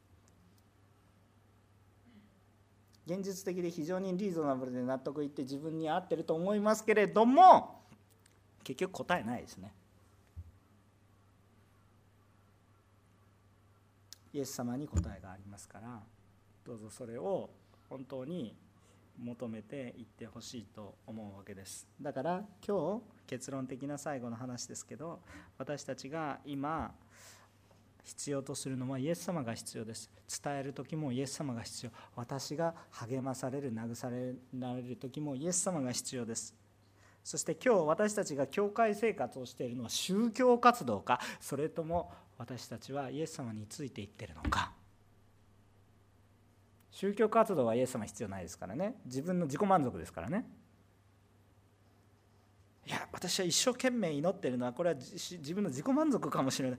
現実的で非常にリーズナブルで納得いって自分に合ってると思いますけれども、結局答えないですね。イエス様に答えがありますから、どうぞそれを本当に求めていってほしいと思うわけです。だから今日結論的な最後の話ですけど、私たちが今必要とするのはイエス様が必要です。伝える時もイエス様が必要。私が励まされる、慰められる時もイエス様が必要です。そして今日私たちが教会生活をしているのは宗教活動か、それとも私たちはイエス様についていっているのか。宗教活動はイエス様必要ないですからね。自分の自己満足ですからね。いや私は一生懸命祈っているのはこれは自分の自己満足かもしれない。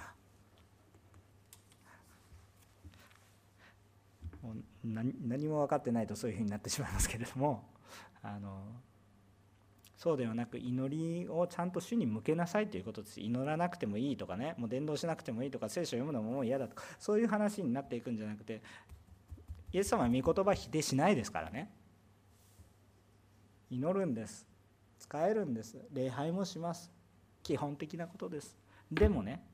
もう何も分かってないとそういうふうになってしまいますけれども、そうではなく祈りをちゃんと主に向けなさいということです。祈らなくてもいいとかね、もう伝道しなくてもいいとか、聖書を読むのももう嫌だとか、そういう話になっていくんじゃなくて、イエス様は御言葉否定しないですからね。祈るんです、使えるんです、礼拝もします、基本的なことです。でもね、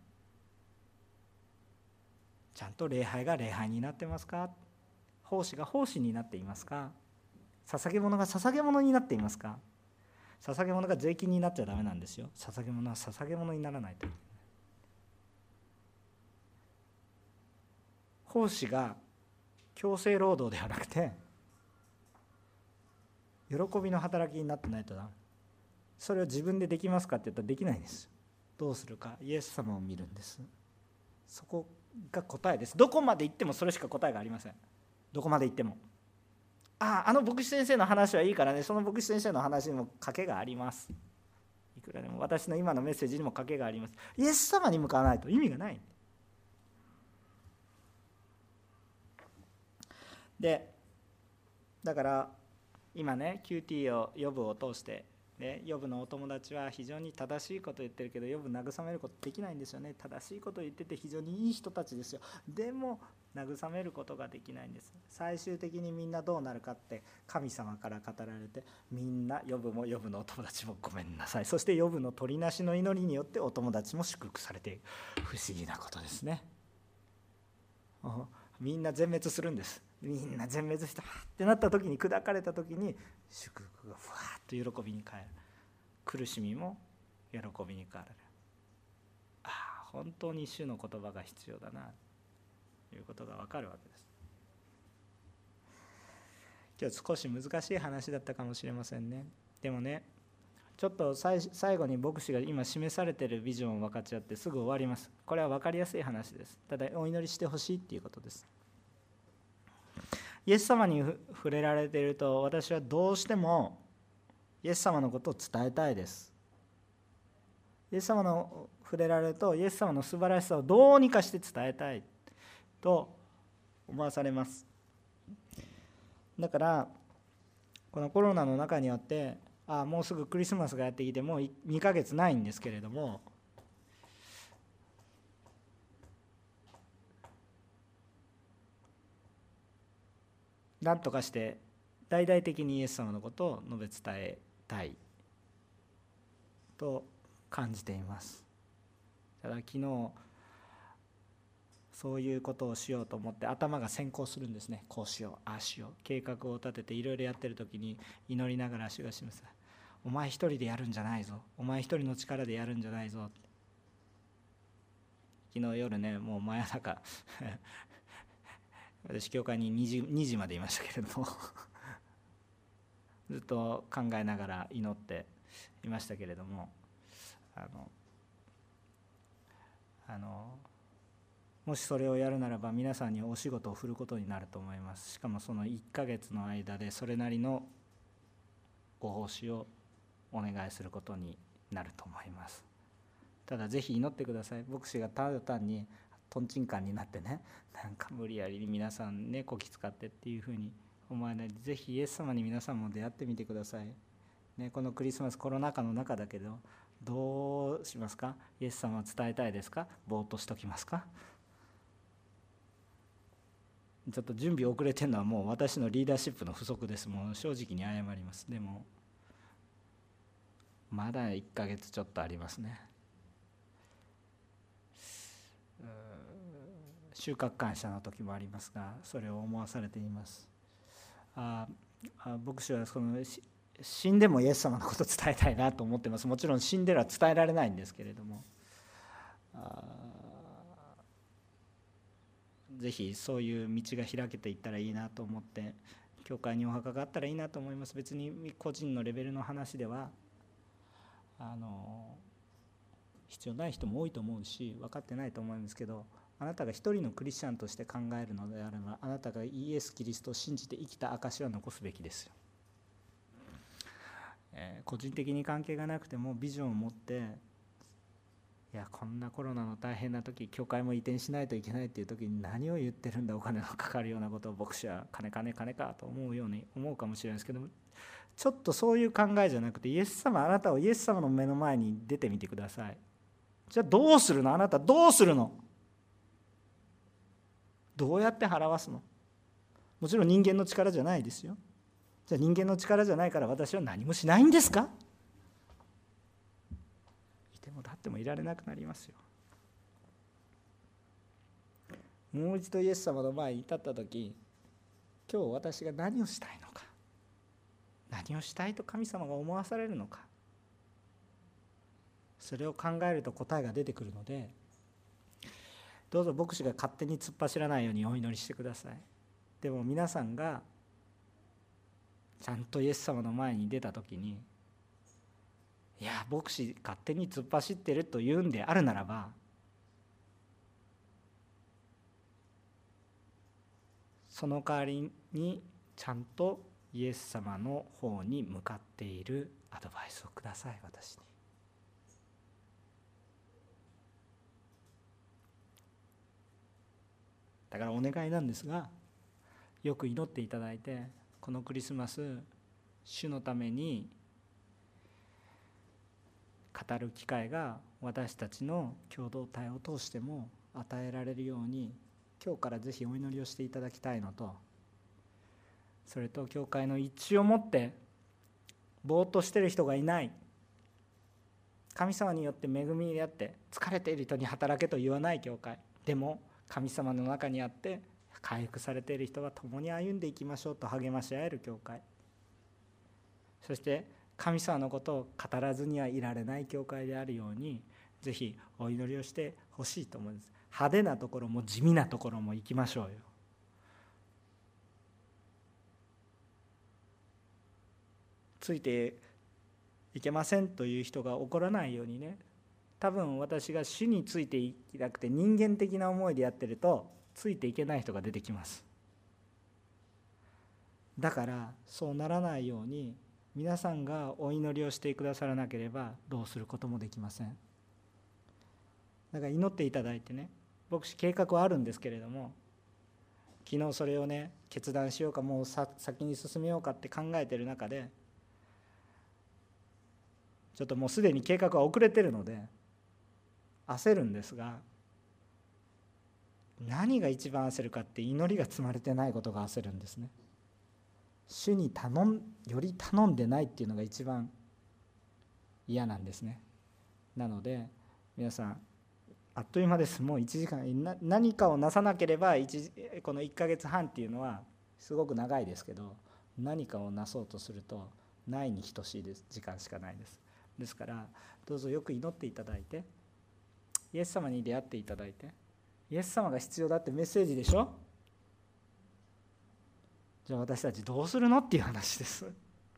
ちゃんと礼拝が礼拝になってますか、奉仕が奉仕になっていますか、捧げ物が捧げ物になっていますか。捧げ物が税金になっちゃダメなんですよ。捧げ物は捧げ物にならないと。 奉仕が強制労働ではなくて喜びの働きになってないとダメ。それを自分でできますかって言ったらできないんです。どうするか、イエス様を見るんです。そこが答えです。どこまで行ってもそれしか答えがありません。どこまで行っても、あの牧師先生の話はいいからね、その牧師先生の話にも賭けがあります。いくらでも私の今のメッセージにも賭けがあります。イエス様に向かわないと意味がない。でだから今ね QT をヨブを通してヨブのお友達は非常に正しいことを言ってるけど、ヨブ慰めることできないんですよね。正しいことを言ってて非常にいい人たちですよ。でも慰めることができないんです。最終的にみんなどうなるかって神様から語られて、みんなヨブもヨブのお友達もごめんなさい、そしてヨブの取りなしの祈りによってお友達も祝福されている。不思議なことですね。みんな全滅するんです。みんな全滅してってなった時に、砕かれた時に祝福がふわっと喜びに変える。苦しみも喜びに変わる。本当に主の言葉が必要だなということが分かるわけです。今日少し難しい話だったかもしれませんね。でもね、ちょっと最後に牧師が今示されているビジョンを分かち合ってすぐ終わります。これは分かりやすい話です。ただお祈りしてほしいっていうことです。イエス様に触れられていると、私はどうしてもイエス様のことを伝えたいです。イエス様の触れられると、イエス様の素晴らしさをどうにかして伝えたいと思わされます。だからこのコロナの中にあって、もうすぐクリスマスがやってきてもう2ヶ月ないんですけれども、何とかして大々的にイエス様のことを述べ伝えたいと感じています。ただ昨日そういうことをしようと思って頭が先行するんですね。こうしよう、ああしよう、計画を立てていろいろやってる時に祈りながら主が示す。お前一人でやるんじゃないぞ、お前一人の力でやるんじゃないぞ。昨日夜ね、もう真夜中私教会に2時までいましたけれどもずっと考えながら祈っていましたけれども、もしそれをやるならば皆さんにお仕事を振ることになると思います。しかもその1ヶ月の間でそれなりのご奉仕をお願いすることになると思います。ただぜひ祈ってください。牧師がただ単にとんちんかんになってね、なんか無理やり皆さんねこき使ってっていうふうに思わないで、ぜひイエス様に皆さんも出会ってみてください、ね、このクリスマスコロナ禍の中だけどどうしますか。イエス様は伝えたいですか。ぼーっとしときますか。ちょっと準備遅れてるのはもう私のリーダーシップの不足です。もう正直に謝ります。でもまだ1ヶ月ちょっとありますね。収穫感謝の時もありますが、それを思わされています。牧師は死んでもイエス様のことを伝えたいなと思ってます。もちろん死んでは伝えられないんですけれども、ぜひそういう道が開けていったらいいなと思って、教会にお墓があったらいいなと思います。別に個人のレベルの話では必要ない人も多いと思うし分かってないと思うんですけど、あなたが一人のクリスチャンとして考えるのであれば、あなたがイエス・キリストを信じて生きた証は残すべきですよ。個人的に関係がなくてもビジョンを持って、いやこんなコロナの大変な時、教会も移転しないといけないっていう時に何を言ってるんだ、お金のかかるようなことを牧師は金かと思うかもしれないですけども、ちょっとそういう考えじゃなくて、イエス様、あなたをイエス様の目の前に出てみてください。じゃあどうするの。あなたどうするの。どうやって払わすの。もちろん人間の力じゃないですよ。じゃあ人間の力じゃないから私は何もしないんですか。いても立ってもいられなくなりますよ。もう一度イエス様の前に立った時、今日私が何をしたいのか、何をしたいと神様が思わされるのか、それを考えると答えが出てくるので、 どうぞ牧師が勝手に突っ走らないようにお祈りしてください。でも皆さんがちゃんとイエス様の前に出た時に、いや牧師勝手に突っ走ってると言うんであるならば、その代わりにちゃんとイエス様の方に向かっているアドバイスをください。私に。だからお願いなんですが、よく祈っていただいて、このクリスマス主のために語る機会が私たちの共同体を通しても与えられるように、今日からぜひお祈りをしていただきたいのと、それと教会の一致をもってぼーっとしている人がいない、神様によって恵みにあって疲れている人に働けと言わない教会でも、神様の中にあって回復されている人は共に歩んでいきましょうと励まし合える教会、そして神様のことを語らずにはいられない教会であるように、ぜひお祈りをしてほしいと思います。派手なところも地味なところも行きましょうよ。ついていけませんという人が起こらないようにね。多分私が主についていきたくて人間的な思いでやってると、ついていけない人が出てきます。だからそうならないように、皆さんがお祈りをしてくださらなければどうすることもできません。だから祈っていただいてね、牧師計画はあるんですけれども、昨日それをね決断しようか、もう先に進めようかって考えている中で、ちょっともうすでに計画は遅れてるので焦るんですが、何が一番焦るかって、祈りが積まれてないことが焦るんですね。主により頼んでないっていうのが一番嫌なんですね。なので皆さん、あっという間です。もう1時間、何かをなさなければこの1ヶ月半っていうのはすごく長いですけど、何かをなそうとするとないに等しいです。時間しかないです。ですからどうぞよく祈っていただいて、イエス様に出会っていただいて、イエス様が必要だってメッセージでしょ。じゃあ私たちどうするのっていう話です。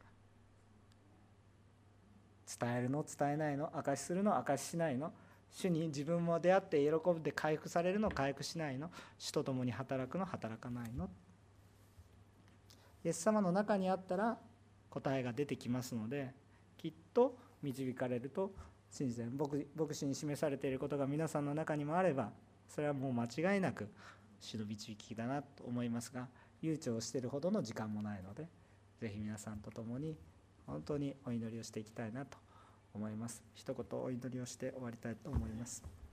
伝えるの伝えないの、証しするの証ししないの、主に自分も出会って喜んで回復されるの回復しないの、主と共に働くの働かないの。イエス様の中にあったら答えが出てきますので、きっと導かれると信じている。牧師に示されていることが皆さんの中にもあれば、それはもう間違いなく主の導きだなと思いますが、悠長しているほどの時間もないので、ぜひ皆さんと共に本当にお祈りをしていきたいなと思います。一言お祈りをして終わりたいと思います。